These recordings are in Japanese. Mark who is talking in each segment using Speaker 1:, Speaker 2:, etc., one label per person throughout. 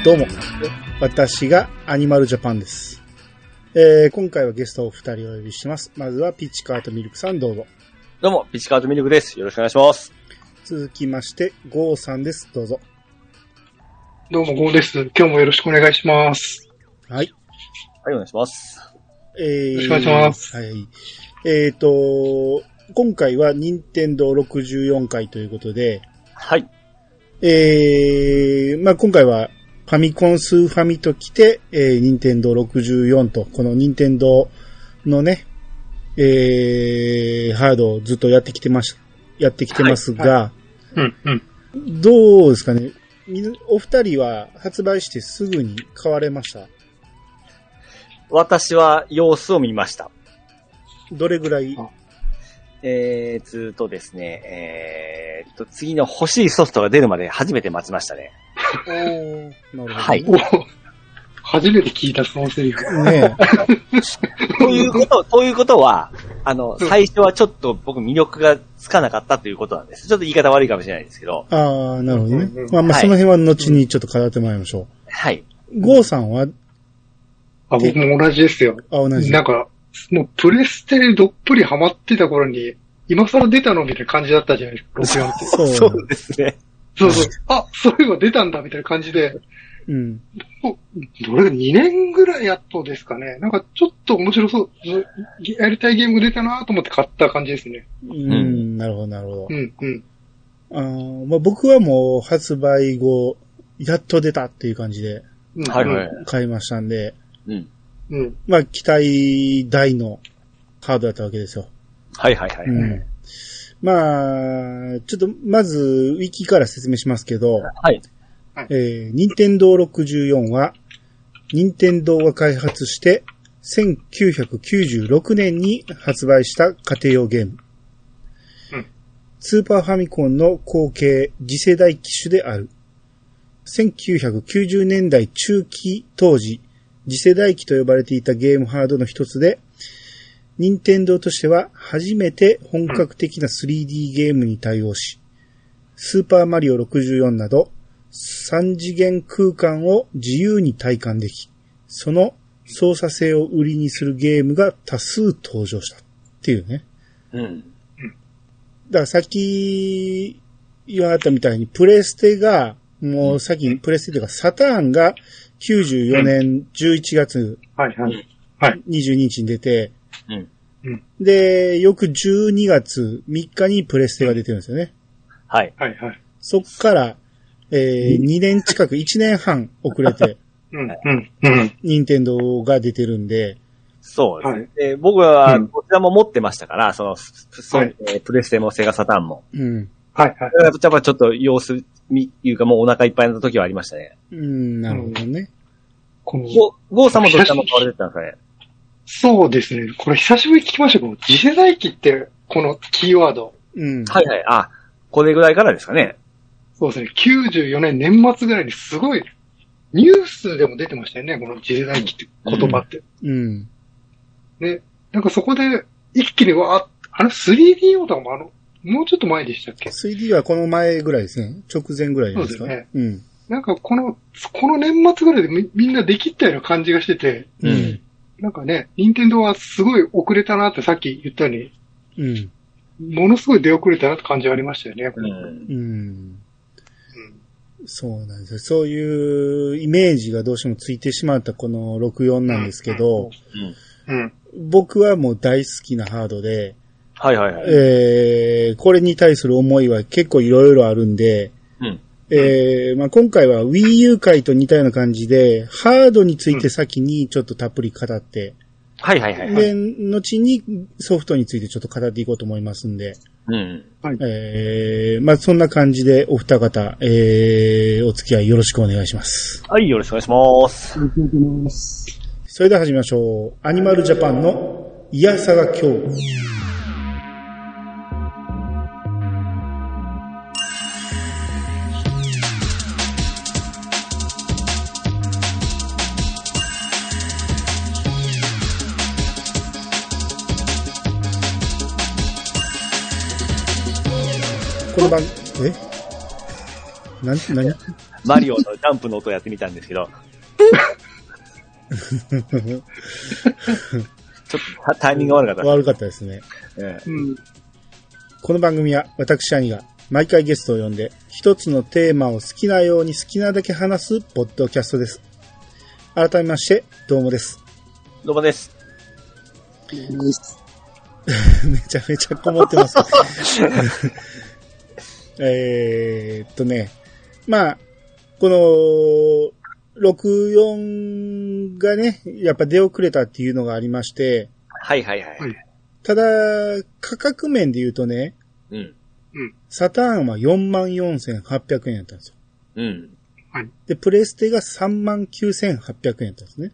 Speaker 1: どうも、私がアニマルジャパンです。今回はゲストを2人お呼びします。まずはピッチカートミルクさんどうぞ。
Speaker 2: どうも、ピッチカートミルクです。よろしくお願いします。
Speaker 1: 続きまして、ゴーさんです。どうぞ。
Speaker 3: どうも、ゴーです。今日もよろしくお願いします。
Speaker 1: はい。
Speaker 2: はい、お願いします。
Speaker 3: よろしくお願いします。
Speaker 1: はい。今回は任天堂64回ということで、
Speaker 2: はい。
Speaker 1: まあ、今回はファミコンスーファミと来て、任天堂64と、この任天堂のね、ハードをずっとやってきてますが、
Speaker 3: はいはい、
Speaker 1: どうですかね。お二人は発売してすぐに買われました？
Speaker 2: 私は様子を見ました。
Speaker 1: どれぐらい？
Speaker 2: ですね、次の欲しいソフトが出るまで初めて待ちましたね。
Speaker 1: なるほど。
Speaker 2: はい。
Speaker 3: 初めて聞いたそのセリフ。
Speaker 1: ねえ。
Speaker 2: ということは、最初はちょっと僕魅力がつかなかったということなんです。ちょっと言い方悪いかもしれないですけど。
Speaker 1: ああ、なるほどね。まあ、その辺は後にちょっと語ってもらいましょう。
Speaker 2: はい。
Speaker 1: ゴーさんは？
Speaker 3: 僕も同じですよ。
Speaker 1: 同じ。
Speaker 3: なんか、もうプレステにどっぷりハマってた頃に、今更出たのみたいな感じだったじゃないですか、64って。
Speaker 2: そうですね。
Speaker 3: そう。そういえば出たんだみたいな感じで。
Speaker 1: うん。
Speaker 3: どれが2年ぐらいやっとですかね。なんかちょっと面白そう、やりたいゲーム出たなと思って買った感じですね。
Speaker 1: なるほど、なるほど。
Speaker 3: ま
Speaker 1: あ、僕はもう発売後、やっと出たっていう感じで、買いましたんで、まあ、期待大のハードだったわけですよ。
Speaker 2: はい。
Speaker 1: まあ、ちょっと、まず、ウィキから説明しますけど、
Speaker 2: はい。
Speaker 1: 任天堂64は、任天堂が開発して、1996年に発売した家庭用ゲーム。スーパーファミコンの後継次世代機種である。1990年代中期当時、次世代機と呼ばれていたゲームハードの一つで、任天堂としては初めて本格的な 3D ゲームに対応し、スーパーマリオ64など3次元空間を自由に体感でき、その操作性を売りにするゲームが多数登場したっていうね。だからさっき言われたみたいにプレステが、もうさっきプレステというかサターンが94年11月22日に出て、で、翌12月3日にプレステが出てるんですよね。
Speaker 2: はい。
Speaker 1: そっから、2年近く、1年半遅れて、任天堂が出てるんで。
Speaker 2: そうですね。僕はこちらも持ってましたから、プレステもセガサターンも。やっぱちょっと様子いうかもうお腹いっぱいの時はありましたね。
Speaker 1: なるほどね。
Speaker 2: ゴーさんもどちらも買われてたんですかね。
Speaker 3: そうですね。これ久しぶりに聞きましたけど、次世代機ってこのキーワード。
Speaker 2: あ、これぐらいからですかね。
Speaker 3: そうですね。94年年末ぐらいにすごい、ニュースでも出てましたよね。この次世代機って言葉って。ね。なんかそこで一気に3D オーダーももうちょっと前でしたっけ？
Speaker 1: 3D はこの前ぐらいですね。直前ぐらいですか？そうですね。
Speaker 3: なんかこの年末ぐらいでみんなできったような感じがしてて、なんかね、任天堂はすごい遅れたなってさっき言ったように、ものすごい出遅れたなって感じがありましたよね。
Speaker 1: そうなんですよ。そういうイメージがどうしてもついてしまったこの64なんですけど、僕はもう大好きなハードで、これに対する思いは結構いろいろあるんで、まあ、今回は Wii U 回と似たような感じで、ハードについて先にちょっとたっぷり語って、で、後にソフトについてちょっと語っていこうと思いますんで、まあ、そんな感じでお二方、お付き合いよろしくお願いします。
Speaker 2: はい、よろしくお願いします。
Speaker 1: それでは始めましょう。アニマルジャパンのイヤサガ今日。この番、何
Speaker 2: マリオのジャンプの音をやってみたんですけど。ちょっとタイミングが悪かった。
Speaker 1: 悪かったですね。この番組は私兄が毎回ゲストを呼んで一つのテーマを好きなように好きなだけ話すポッドキャストです。改めましてどうもです。
Speaker 2: どうもです。
Speaker 1: めちゃめちゃこもってます。まあこの64がねやっぱ出遅れたっていうのがありまして、
Speaker 2: はいはいはい。
Speaker 1: ただ価格面で言うとね、サターンは 44,800 円やったんですよ。で、プレステが 39,800 円やったんですね。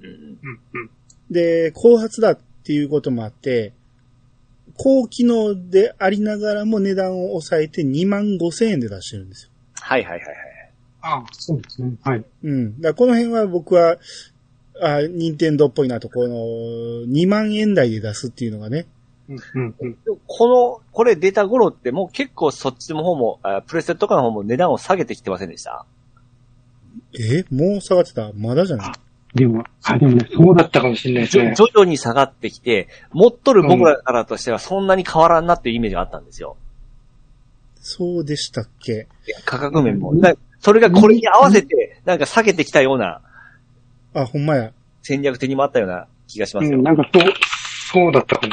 Speaker 1: で、後発だっていうこともあって、高機能でありながらも値段を抑えて 25,000 円で出してるんですよ。
Speaker 2: はいはいはいはい。
Speaker 3: ああ、そうですね。はい。
Speaker 1: だからこの辺は僕は、任天堂っぽいなと、この、2万円台で出すっていうのがね。
Speaker 2: これ出た頃ってもう結構そっちの方も、プレステとかの方も値段を下げてきてませんでした？
Speaker 1: もう下がってた？まだじゃない？
Speaker 3: でもね、そうだったかもしれないですね。
Speaker 2: 徐々に下がってきて、持っとる僕らからとしてはそんなに変わらんなっていうイメージがあったんですよ。
Speaker 1: そうでしたっけ？
Speaker 2: 価格面も。それがこれに合わせて、なんか下げてきたような。
Speaker 1: ほんまや。
Speaker 2: 戦略的にもあったような気がしますよ。
Speaker 3: なんかそうだったかも。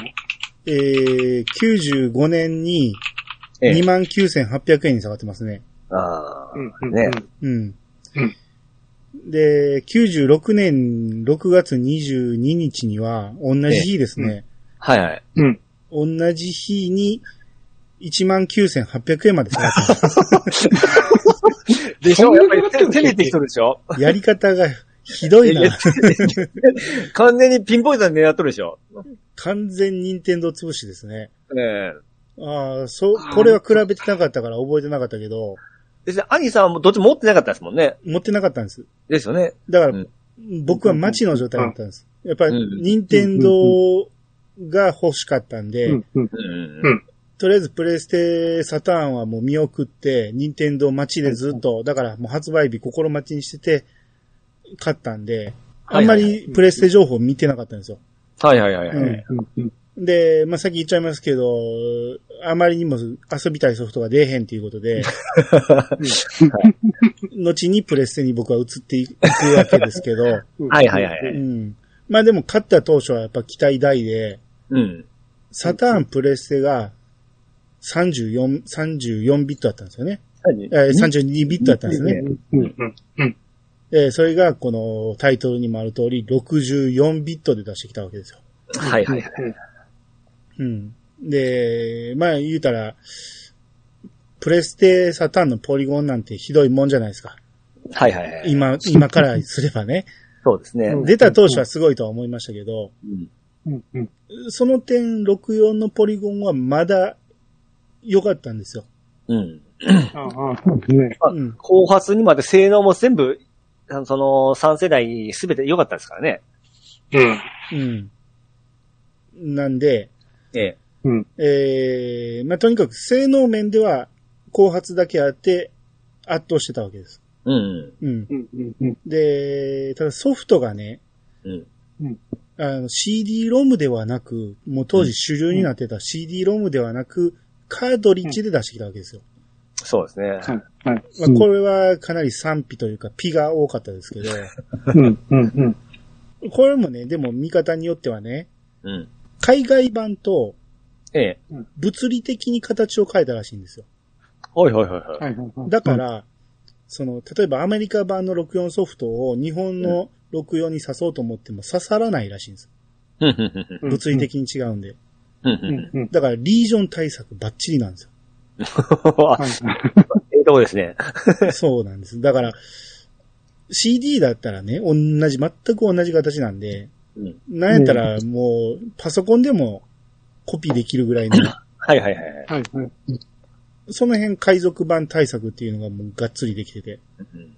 Speaker 1: 95年に 29,800 円に下がってますね。
Speaker 2: ね。
Speaker 1: で、96年6月22日には、同じ日ですね。
Speaker 2: はいはい。
Speaker 1: 同じ日に 19,800 円まで下がってます。
Speaker 2: でしょ？やっぱり攻めてきとるでしょ？
Speaker 1: やり方がひどいな。
Speaker 2: 完全にピンポイントで狙っとるでしょ？
Speaker 1: 完全任天堂潰しですね。
Speaker 2: こ
Speaker 1: れは比べてなかったから覚えてなかったけど。
Speaker 2: ですね、兄さんはもうどっちも持ってなかったですもんね。
Speaker 1: 持ってなかったんです。
Speaker 2: ですよね。
Speaker 1: だから、僕は待ちの状態だったんです。やっぱり、任天堂が欲しかったんで、とりあえずプレステサターンはもう見送って、任天堂待ちでずっと、だからもう発売日心待ちにしてて、買ったんで、あんまりプレステ情報見てなかったんですよ。
Speaker 2: はいはいはい。
Speaker 1: で、さっき言っちゃいますけど、あまりにも遊びたいソフトが出えへんということで、後にプレステに僕は移っていくわけですけど、
Speaker 2: はいはいはい。
Speaker 1: でも買った当初はやっぱ期待大で、サターンプレステが34ビットだったんですよね。32ビットだったんですね。それがこのタイトルにもある通り64ビットで出してきたわけですよ。
Speaker 2: はいはいはい。
Speaker 1: で、言うたら、プレステサターンのポリゴンなんてひどいもんじゃないですか。
Speaker 2: はいはいはい。
Speaker 1: 今からすればね。
Speaker 2: そうですね。
Speaker 1: 出た当初はすごいとは思いましたけど、その点64のポリゴンはまだ良かったんですよ。
Speaker 2: 後発にまで性能も全部、その3世代すべて良かったですからね。
Speaker 1: なんで、とにかく性能面では後発だけあって圧倒してたわけです。で、ただソフトがね、CD ロムではなく、もう当時主流になってた CD ロムではなく、カートリッジで出してきたわけですよ。
Speaker 2: そうですね。
Speaker 1: これはかなり賛否というか、ピが多かったですけど、これもね、でも見方によってはね、海外版と、物理的に形を変えたらしいんですよ。だから、例えばアメリカ版の64ソフトを日本の64に刺そうと思っても刺さらないらしいんです。物理的に違うんで。だからリージョン対策バッチリなんですよ。
Speaker 2: とこですね。
Speaker 1: そうなんです。だから、CD だったらね、全く同じ形なんで、なんやったらもう、パソコンでもコピーできるぐらいの。その辺海賊版対策っていうのがもうがっつりできてて。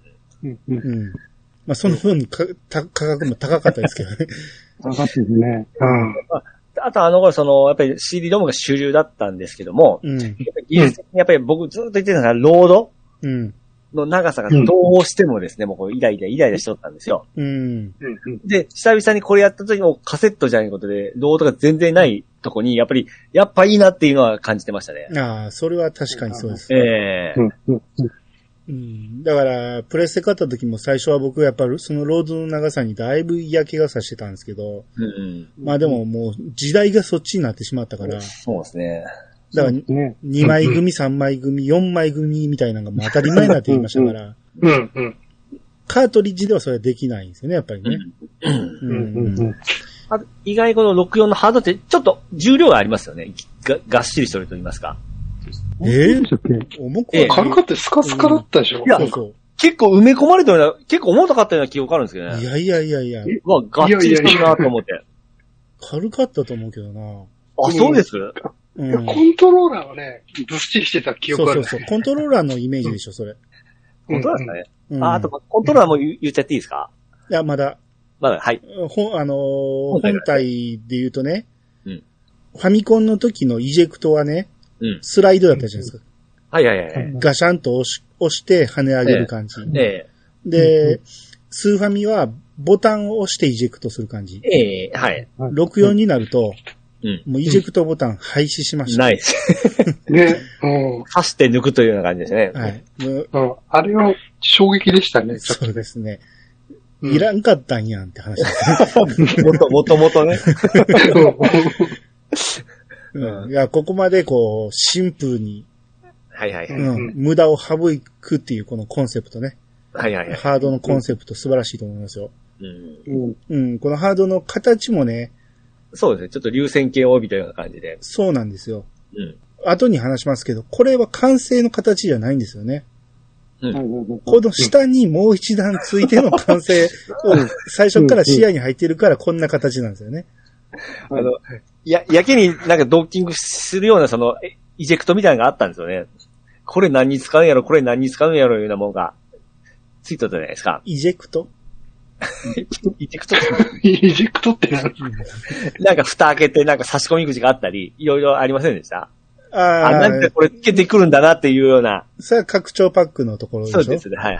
Speaker 1: その分価格も高かったですけどね。
Speaker 3: 高かったですね。
Speaker 2: あとやっぱり CD ロムが主流だったんですけども、技術的にやっぱり僕ずっと言ってたのがロード。 の長さがどうしてもですね、もうこうイライラしとったんですよ。で、久々にこれやった時もカセットじゃないことで、動画が全然ないとこに、やっぱいいなっていうのは感じてましたね。
Speaker 1: ああ、それは確かにそうです。だから、プレステ買った時も最初は僕やっぱりそのロードの長さにだいぶ嫌気がさしてたんですけど、まあでももう時代がそっちになってしまったから、
Speaker 2: そうですね。
Speaker 1: だから、2枚組、3枚組、4枚組みたいなのがもう当たり前になっていましたから、カートリッジではそれはできないんですよね、やっぱりね。
Speaker 2: 意外この64のハードってちょっと重量がありますよね。がっしりしてると言いますか。
Speaker 1: 重くは
Speaker 3: 軽かったスカスカだったでしょ。
Speaker 2: いや、結構埋め込まれたような、結構重たかったような記憶あるんですけどね。
Speaker 1: いや。
Speaker 2: がっちりしてるなと思って。
Speaker 1: 軽かったと思うけどな。
Speaker 2: あ、そうです？
Speaker 3: コントローラーはね、ずっしりしてた記憶ある。
Speaker 1: そう。コントローラーのイメージでしょ、それ。
Speaker 2: コントローラーですかね。あと、コントローラーも言っちゃっていいですか？
Speaker 1: いや、まだ、
Speaker 2: はい。
Speaker 1: 本体で言うとね、ファミコンの時のイジェクトはね、スライドだったじゃないですか。
Speaker 2: はい。
Speaker 1: ガシャンと押して跳ね上げる感じ。で、スーファミはボタンを押してイジェクトする感じ。
Speaker 2: はい。
Speaker 1: 64になると、もうイジェクトボタン廃止しました。
Speaker 2: ないです。ね。刺して抜くというような感じですね。
Speaker 3: はい。あれは衝撃でしたね。
Speaker 1: そうですね。いらんかったんやんって話です
Speaker 2: ね。もともとね。
Speaker 1: いや、ここまでこう、シンプルに、無駄を省くっていうこのコンセプトね。ハードのコンセプト素晴らしいと思いますよ。このハードの形もね、
Speaker 2: そうですね。ちょっと流線形を帯びたような感じで。
Speaker 1: そうなんですよ。後に話しますけど、これは完成の形じゃないんですよね。この下にもう一段ついての完成を最初から視野に入ってるからこんな形なんですよね。
Speaker 2: やけになんかドッキングするようなその、イジェクトみたいなのがあったんですよね。これ何に使うんやろ、これ何に使うんやろ、いうようなものがついてたじゃないですか。
Speaker 1: イジェクト
Speaker 3: イジェクトって
Speaker 2: なんか蓋開けてなんか差し込み口があったり、いろいろありませんでした？なんかこれつけてくるんだなっていうような。
Speaker 1: それは拡張パックのところでしょ？
Speaker 2: そうですね、はい。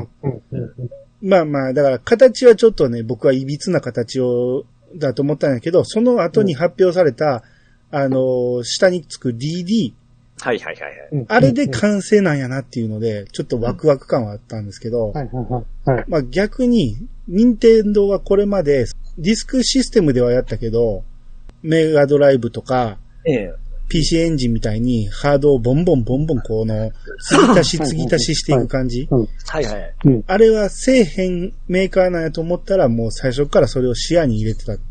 Speaker 1: まあ、だから形はちょっとね、僕はいびつな形だと思ったんだけど、その後に発表された、下につく DD。あれで完成なんやなっていうので、ちょっとワクワク感はあったんですけど、まあ逆に、任天堂はこれまでディスクシステムではやったけど、メガドライブとか、PC エンジンみたいにハードをボンボンこの、継ぎ足ししていく感じ。あれはせえへんメーカーなんやと思ったらもう最初からそれを視野に入れてた。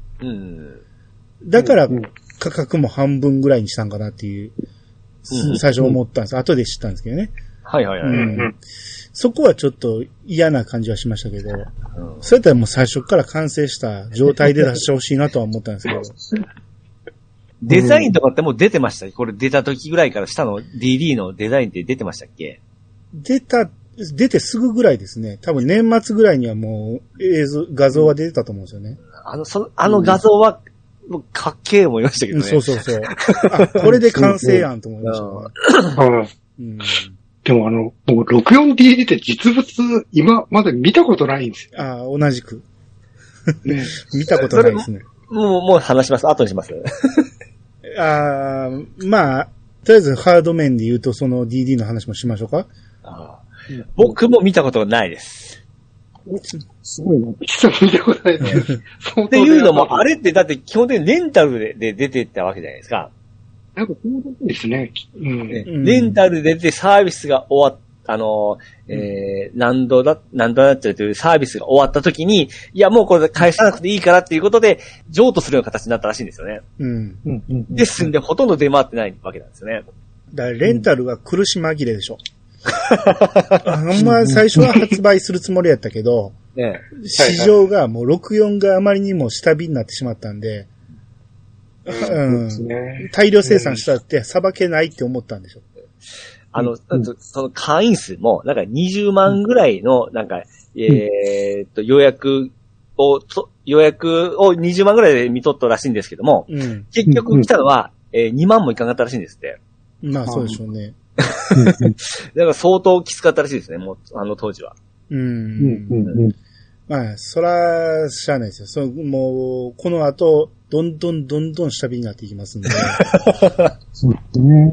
Speaker 1: だから価格も半分ぐらいにしたんかなっていう、最初思ったんです。後で知ったんですけどね。そこはちょっと嫌な感じはしましたけど、それやったらもう最初から完成した状態で出してほしいなとは思ったんですけど。
Speaker 2: デザインとかってもう出てました？これ出た時ぐらいから下の DD のデザインって出てましたっけ？
Speaker 1: 出てすぐぐらいですね。多分年末ぐらいにはもう画像は出てたと思うんですよね。
Speaker 2: あの画像は、かっけー思いましたけどね。
Speaker 1: そう。これで完成やんと思いましたね。
Speaker 3: でも僕 64DD って実物今まで見たことないんです
Speaker 1: よ。同じく。見たことないですね。
Speaker 2: もう話します。後にします。
Speaker 1: まあ、とりあえずハード面で言うとその DD の話もしましょうか。
Speaker 2: 僕も見たことがないです。
Speaker 3: すごいな。実は見たことないです。
Speaker 2: っていうのも、あれってだって基本的にレンタルで出てったわけじゃないですか。
Speaker 3: なんかそうですね。
Speaker 2: レンタルで出てサービスが終わっ何度なっちゃうというサービスが終わった時に、いやもうこれ返さなくていいからっていうことで、譲渡するような形になったらしいんですよね。ですんで、ほとんど出回ってないわけなんですよね。
Speaker 1: だからレンタルは苦し紛れでしょ。最初は発売するつもりやったけど、市場がもう64があまりにも下火になってしまったんで、大量生産したってさばけないって思ったんでしょ。
Speaker 2: その会員数も、なんか20万ぐらいの、なんか、予約を20万ぐらいで見とったらしいんですけども、結局来たのは、2万もいかなかったらしいんですって。
Speaker 1: まあそうでしょうね。
Speaker 2: だから相当きつかったらしいですね、もう、当時は。
Speaker 1: まあ、そら、しゃあないですよ。もう、この後、どんどん下火になっていきますんで。
Speaker 3: そうですね。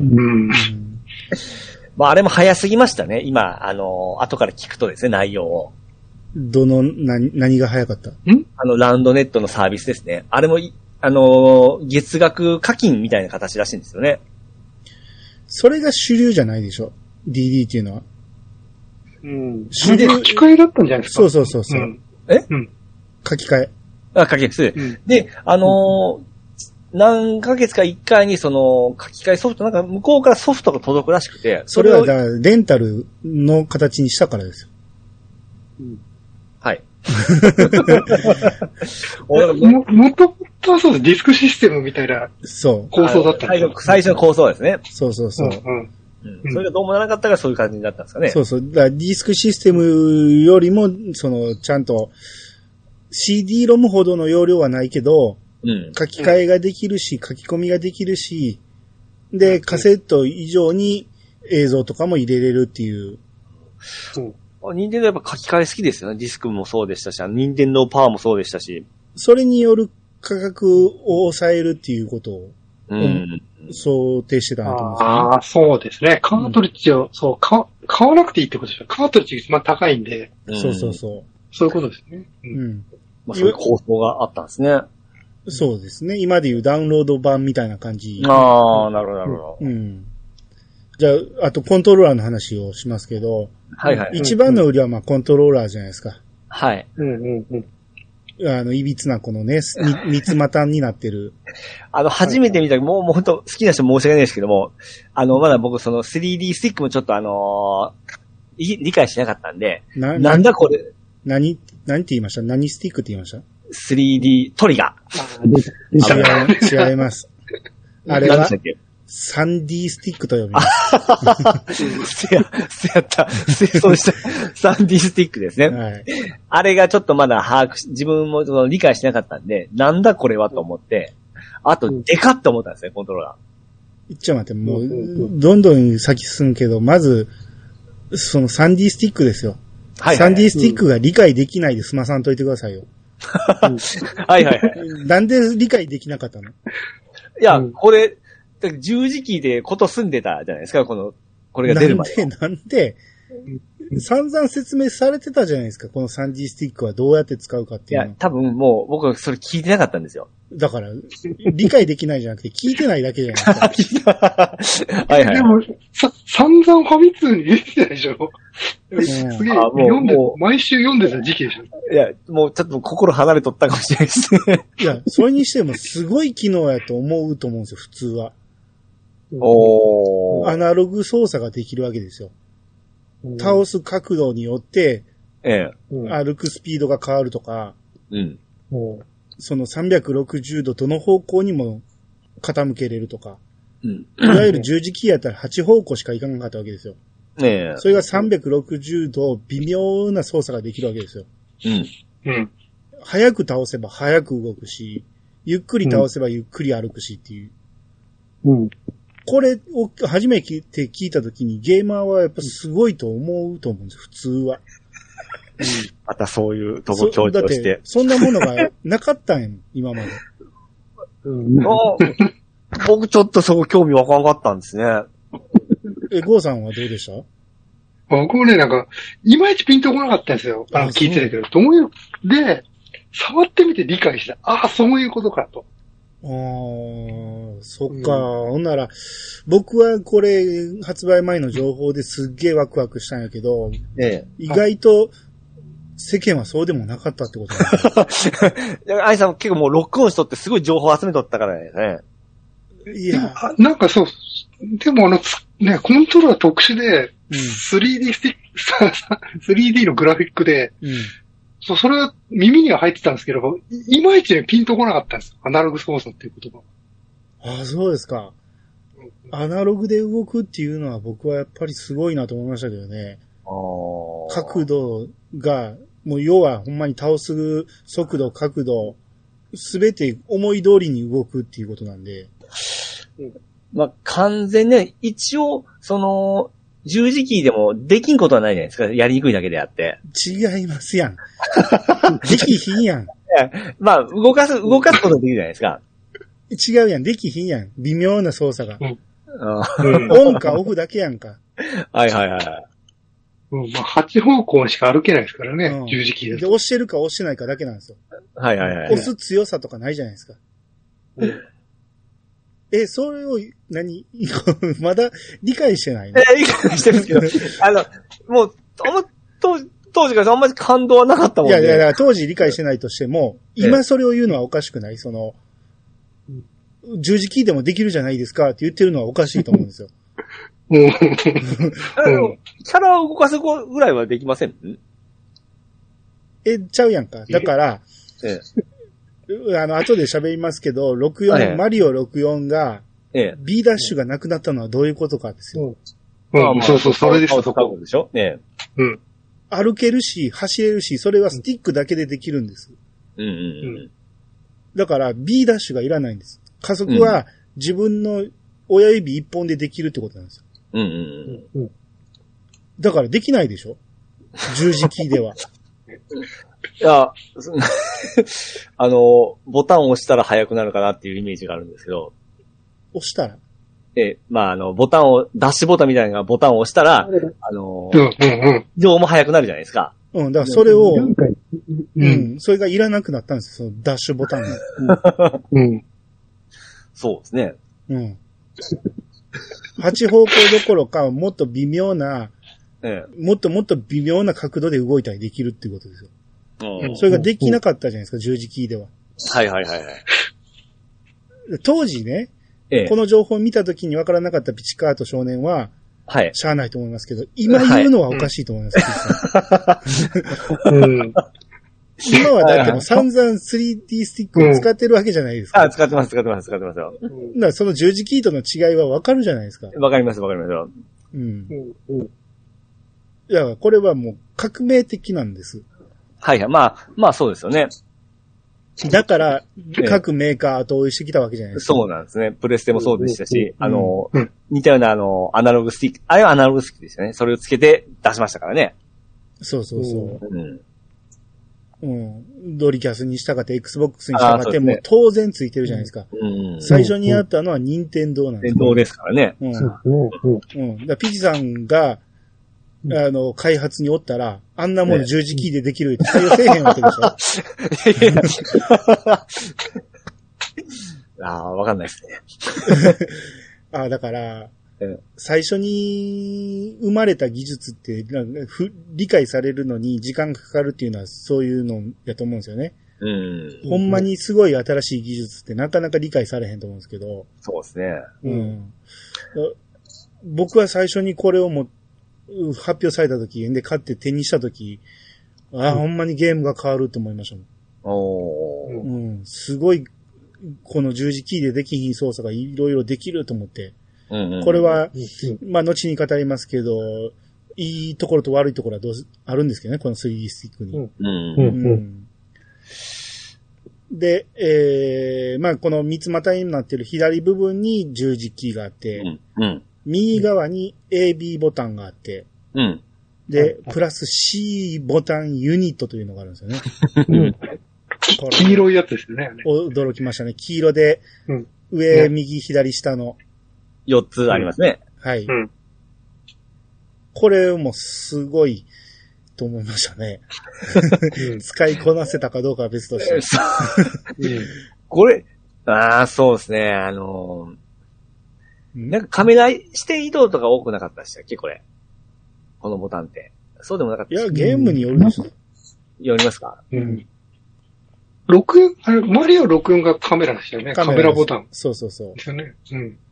Speaker 2: まあ、あれも早すぎましたね。今、後から聞くとですね、内容を。
Speaker 1: 何が早かった？
Speaker 2: ラウンドネットのサービスですね。あれも、月額課金みたいな形らしいんですよね。
Speaker 1: それが主流じゃないでしょ。DD っていうのは。
Speaker 3: 書き換えだったんじゃないですか。
Speaker 1: そう。書き換え。
Speaker 2: 書き換え。で、何ヶ月か一回にその書き換えソフト、なんか向こうからソフトが届くらしくて。
Speaker 1: それはレンタルの形にしたからですよ。
Speaker 2: はい。
Speaker 3: もともとはそうです。ディスクシステムみたいな構想だったんですよ。
Speaker 2: 最初の構想ですね。
Speaker 1: そう。
Speaker 2: それがどうもならなかったからそういう感じになったんですかね。
Speaker 1: そう。だからディスクシステムよりも、ちゃんと CD ロムほどの容量はないけど、書き換えができるし、書き込みができるし、で、カセット以上に映像とかも入れれるっていう。
Speaker 2: 任天堂やっぱ書き換え好きですよね。ディスクもそうでしたし、任天堂パワーもそうでしたし。
Speaker 1: それによる価格を抑えるっていうことを、想定してたなと思うんですよね。
Speaker 3: ああ、そうですね。カートリッジを、買わなくていいってことですよ。カートリッジが高いんで。
Speaker 1: そう。
Speaker 3: そういうことですね。
Speaker 2: まあ、そういう構想があったんですね。
Speaker 1: そうですね。今でいうダウンロード版みたいな感じ。
Speaker 2: ああ、なるほど。
Speaker 1: じゃあ、あとコントローラーの話をしますけど、一番の売りはまあコントローラーじゃないですか。
Speaker 2: はい。
Speaker 1: いびつなこのね、三つ股になってる。
Speaker 2: 初めて見たもう本当好きな人申し訳ないですけども、まだ僕その 3D スティックもちょっと理解しなかったんで、なんだこれ。
Speaker 1: 何って言いました？何スティックって言いました
Speaker 2: ?3D トリガ
Speaker 1: ー。違います。あれは、3D スティックと呼びます。
Speaker 2: そうした。3D スティックですね。
Speaker 1: はい。
Speaker 2: あれがちょっとまだ自分も理解しなかったんで、なんだこれはと思って、あと、でかって思ったんですね、コントローラ
Speaker 1: ー。ちょっと待って、もう、どんどん先進むけど、まず、その 3D スティックですよ。3D スティックが理解できないで済まさんといてくださいよ。なんで理解できなかったの？
Speaker 2: いや、これ、十字キーでこと済んでたじゃないですか、これが出るまで。
Speaker 1: なんで、散々説明されてたじゃないですか、この 3D スティックはどうやって使うかっていうの。
Speaker 2: いや、多分もう、僕はそれ聞いてなかったんですよ。
Speaker 1: だから、理解できないじゃなくて、聞いてないだけじゃないですか。
Speaker 3: でも、散々ファミ通に出てたでしょ。すげえ、毎週読んでた時期でしょ。
Speaker 2: いや、もうちょっと心離れとったかもしれないですね。
Speaker 1: いや、それにしてもすごい機能やと思うと思うんですよ、普通は。アナログ操作ができるわけですよ。倒す角度によって、歩くスピードが変わるとか、その360度どの方向にも傾けれるとか、いわゆる十字キーやったら8方向しかいかなかったわけですよ。それが360度微妙な操作ができるわけですよ。早く倒せば早く動くし、ゆっくり倒せばゆっくり歩くしっていう。これを初めて聞いたときにゲーマーはやっぱすごいと思うと思うんですよ、普通は。
Speaker 2: またそういうとこ強調して。
Speaker 1: そんなものがなかったんやん、今まで。
Speaker 2: 僕ちょっとそこ興味わかんなかったんですね。
Speaker 1: ゴーさんはどうでした？
Speaker 3: 僕もね、なんか、いまいちピンとこなかったんですよ。聞いてたけど、どういう、で、触ってみて理解した。ああ、そういうことかと。
Speaker 1: そっか。ほんなら、僕はこれ、発売前の情報ですっげえワクワクしたんやけど、意外と、世間はそうでもなかったってことなんです
Speaker 2: よ。アイさん結構もうロックオンしとってすごい情報集めとったからね。
Speaker 3: いや、なんかそう、でもね、コントローラー特殊で、3D スティック、3D のグラフィックで、それは耳には入ってたんですけど、いまいちね、ピンとこなかったんです。アナログ操作っていう言葉。
Speaker 1: ああ、そうですか。アナログで動くっていうのは僕はやっぱりすごいなと思いましたけどね。角度が、もう要はほんまに倒す速度、角度、すべて思い通りに動くっていうことなんで。
Speaker 2: まあ、完全に、一応、十字キーでもできんことはないじゃないですか。やりにくいだけであって。
Speaker 1: 違いますやん。できひんやん。
Speaker 2: まあ、動かすことできるじゃないですか。
Speaker 1: 違うやん。できひんやん。微妙な操作が。オンかオフだけやんか。
Speaker 2: はいはいはい。
Speaker 3: まあ、8方向しか歩けないですからね、十字キーだと。
Speaker 1: で、押してるか押してないかだけなんですよ。
Speaker 2: はいはいはい。
Speaker 1: 押す強さとかないじゃないですか。それを、まだ理解してないの？
Speaker 2: 理解してるんですけど、もう、当時からあんまり感動はなかったもんね。
Speaker 1: いや、当時理解してないとしても、今それを言うのはおかしくない？十字キーでもできるじゃないですかって言ってるのはおかしいと思うんですよ。
Speaker 2: キャラを動かすぐらいはできません？
Speaker 1: ちゃうやんか。だから、後で喋りますけど、64、マリオ64が、B ダッシュがなくなったのはどういうことかですよ。
Speaker 3: そうそう、それですよ、
Speaker 2: そこでしょ？
Speaker 1: 歩けるし、走れるし、それはスティックだけでできるんです。だから、B ダッシュがいらないんです。加速は自分の親指一本でできるってことなんですよ。だからできないでしょ？十字キーでは。
Speaker 2: いや、ボタンを押したら速くなるかなっていうイメージがあるんですけど。
Speaker 1: 押したら？
Speaker 2: まあ、ダッシュボタンみたいなボタンを押したら、移動も速くなるじゃないですか。
Speaker 1: だからそれを、それがいらなくなったんですよ、そのダッシュボタンが。
Speaker 2: そうですね。
Speaker 1: 8方向どころか、もっと微妙な、もっと微妙な角度で動いたりできるっていうことですよ。それができなかったじゃないですか、十字キーでは。
Speaker 2: はいはいはい。
Speaker 1: 当時ね、この情報を見たときに分からなかったピチカート少年は、しゃあないと思いますけど、今言うのはおかしいと思います。今はだってもう散々 3D スティックを使ってるわけじゃないですか。
Speaker 2: 使ってますよ。だ
Speaker 1: からその十字キーとの違いは分かるじゃないですか。
Speaker 2: わかりますよ。
Speaker 1: いや、これはもう革命的なんです。
Speaker 2: はいはい。まあそうですよね。
Speaker 1: だから、各メーカー後追いしてきたわけじゃないですか。
Speaker 2: そうなんですね。プレステもそうでしたし、似たようなアナログスティック、あれはアナログスティックですよね。それをつけて出しましたからね。
Speaker 1: そう。ドリキャスにしたかって、Xbox にしたかって、もう当然ついてるじゃないですか。最初にあったのは任天堂なんです。
Speaker 2: 任天堂ですからね。
Speaker 1: だピチさんが、開発におったら、あんなもの十字キーでできるって採用せえへんわけでしょ？
Speaker 2: わかんないですね。
Speaker 1: だから、最初に生まれた技術って理解されるのに時間がかかるっていうのはそういうのやと思うんですよね。ほんまにすごい新しい技術ってなかなか理解されへんと思うんですけど。
Speaker 2: そうですね。
Speaker 1: 僕は最初にこれを発表された時で買って手にした時、ほんまにゲームが変わると思いましたもん。すごいこの十字キーでできひん操作がいろいろできると思って。これは、まあ、後に語りますけど、いいところと悪いところはあるんですけどね、この 3D スティックに。で、まあ、この三つ股になっている左部分に十字キーがあって、右側に AB ボタンがあって、で、プラス C ボタンユニットというのがあるんですよね。
Speaker 3: 黄色いやつですよね。
Speaker 1: 驚きましたね。黄色で、上、右、左、下の。
Speaker 2: 4つありますね。
Speaker 1: はい。これもすごいと思いましたね。使いこなせたかどうかは別として。
Speaker 2: これ、そうですね。なんかカメラ視点移動とか多くなかったでしたっけこれ。このボタンって。そうでもなかった
Speaker 1: ですか？いや、ゲームによるでしょ。
Speaker 2: よりますか？
Speaker 3: マリオ64がカメラでしたよね。カメラボタン。
Speaker 1: そう。
Speaker 3: ですよね。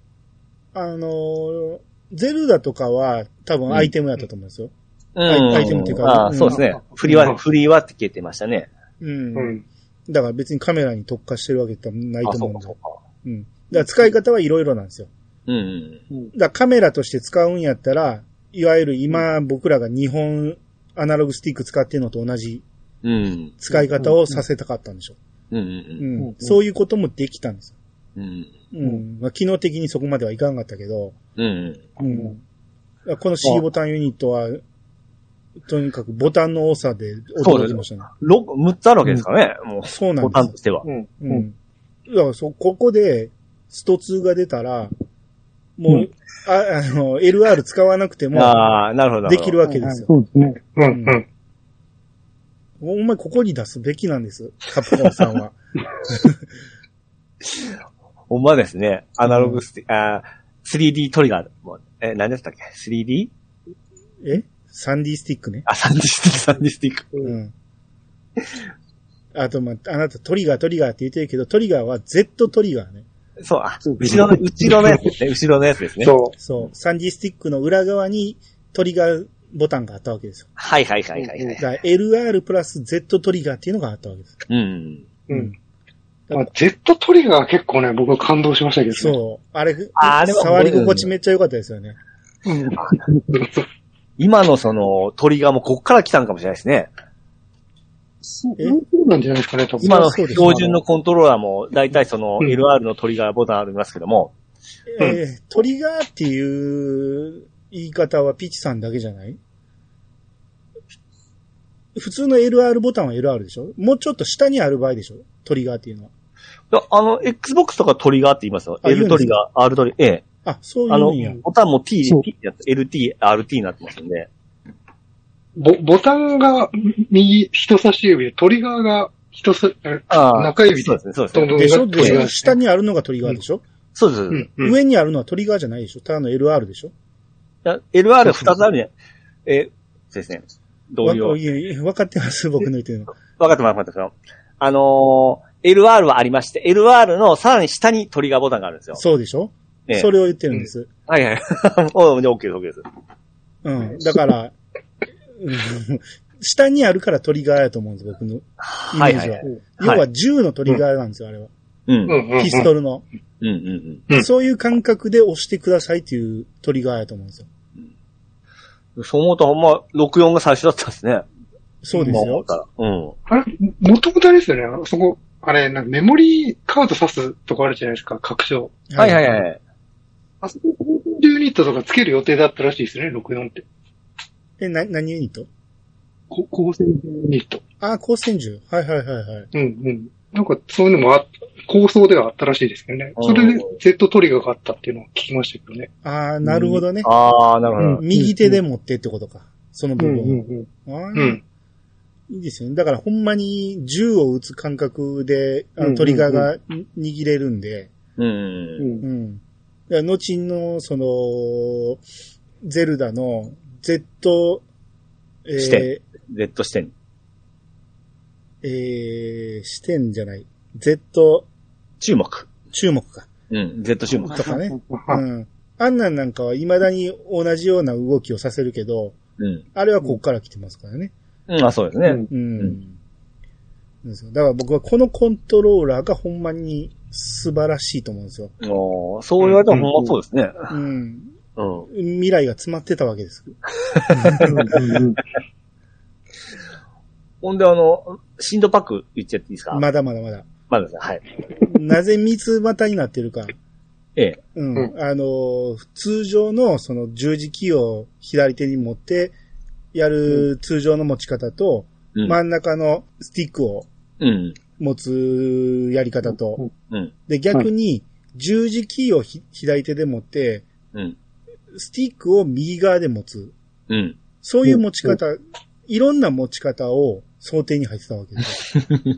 Speaker 1: ゼルダとかは多分アイテムだったと思うんですよ。
Speaker 2: アイテムっていうか。そうですね。フリーはって消えてましたね。
Speaker 1: だから別にカメラに特化してるわけではないと思うんで。だから使い方はいろいろなんですよ。だからカメラとして使うんやったら、いわゆる今僕らが2本アナログスティック使ってるのと同じ使い方をさせたかったんでしょ。そういうこともできたんですよ。 まあ、機能的にそこまではいかんかったけど、
Speaker 2: うん。
Speaker 1: この C ボタンユニットは、とにかくボタンの多さで驚きましたね。
Speaker 2: 6つあるわけですからね、もう。
Speaker 1: そうなんです。
Speaker 2: ボタンとしては。
Speaker 1: だからここで、スト2が出たら、もう、LR 使わなくても、
Speaker 2: なるほど。
Speaker 1: できるわけですよ。
Speaker 3: そうですね。
Speaker 1: お前ここに出すべきなんです。カプコンさんは。
Speaker 2: ほんまですね。アナログ3D トリガー。何でしたっけ ?3D?
Speaker 1: 3D スティックね。
Speaker 2: 3D スティック。
Speaker 1: あと、あなたトリガーって言ってるけど、トリガーは Z トリガーね。
Speaker 2: そう、後ろのやつですね。後ろのやつですね。
Speaker 1: そう。3D スティックの裏側にトリガーボタンがあったわけですよ。
Speaker 2: はい。だ
Speaker 1: から LR プラス Z トリガーっていうのがあったわけです。
Speaker 3: Z トリガーは結構ね、僕は感動しましたけどね。
Speaker 1: そう。あれ触り心地めっちゃ良かったですよね。
Speaker 2: 今のそのトリガーもこっから来たんかもしれないですね。
Speaker 3: そうなんじゃないですかね、多分。
Speaker 2: 今の標準のコントローラーも、だいたいその LR のトリガーボタンありますけども。
Speaker 1: トリガーっていう言い方はピチさんだけじゃない？普通の LR ボタンは LR でしょ？もうちょっと下にある場合でしょ？トリガーっていうのは。
Speaker 2: Xbox とかトリガーって言いますよ。L トリガー、R トリガー、
Speaker 1: そういうのや。
Speaker 2: ボタンも T やつ、LT、RT になってますんで。
Speaker 3: ボタンが右人差し指で、トリガーが中指で。そう
Speaker 2: ですね。
Speaker 1: でしょ？下にあるのがトリガーでしょ？
Speaker 2: そうです。
Speaker 1: 上にあるのはトリガーじゃないでしょ？ただの LR でしょ？
Speaker 2: LR 二つあるね。ですね。同様。
Speaker 1: 分かってます、僕の言ってるの。
Speaker 2: 分かってますよ。LR はありまして、LR のさらに下にトリガーボタンがあるんですよ。
Speaker 1: そうでしょ？それを言ってるんです。
Speaker 2: はい。OK です。
Speaker 1: だから、下にあるからトリガーやと思うんです、僕のイメージは。要は銃のトリガーなんですよ、あれは。ピストルの。そういう感覚で押してくださいっていうトリガーやと思うんですよ。
Speaker 2: そう思うとほんま、64が最初だったんですね。
Speaker 1: そうですよ。
Speaker 3: あれ、もともとあれですよね。そこ、なんかメモリーカード挿すとこあるじゃないですか、拡張。
Speaker 2: はい。
Speaker 3: あそこ、ユニットとかつける予定だったらしいですね、64って。
Speaker 1: 何ユニット？
Speaker 3: 光線ユニット。
Speaker 1: 光線銃。はい。
Speaker 3: なんかそういうのも構想ではあったらしいですけどね。それで Z トリガーがあったっていうのを聞きましたけどね。
Speaker 1: なるほどね。
Speaker 2: なるほど。
Speaker 1: 右手で持ってってことか。その部分を。いいですよね。だからほんまに銃を撃つ感覚で、トリガーが握れるんで。後の、その、ゼルダの Z、
Speaker 2: Z 視点。
Speaker 1: 視点じゃない。Z、
Speaker 2: 注目か。Z 注目。
Speaker 1: とかね。あんなんかは未だに同じような動きをさせるけど、あれはこっから来てますからね。
Speaker 2: そうですね。
Speaker 1: だから僕はこのコントローラーがほんまに素晴らしいと思うんですよ。
Speaker 2: そう言われたらほんまそうですね。
Speaker 1: 未来が詰まってたわけです。
Speaker 2: ほんでシンドパック言っちゃっていいですか？
Speaker 1: まだ。まだ
Speaker 2: ですね。はい。
Speaker 1: なぜ三つ股になってるか。通常のその十字キーを左手に持ってやる通常の持ち方と、真ん中のスティックを持つやり方と、で、逆に十字キーを左手で持って、スティックを右側で持つ。そういう持ち方、いろんな持ち方を想定に入ってたわけです。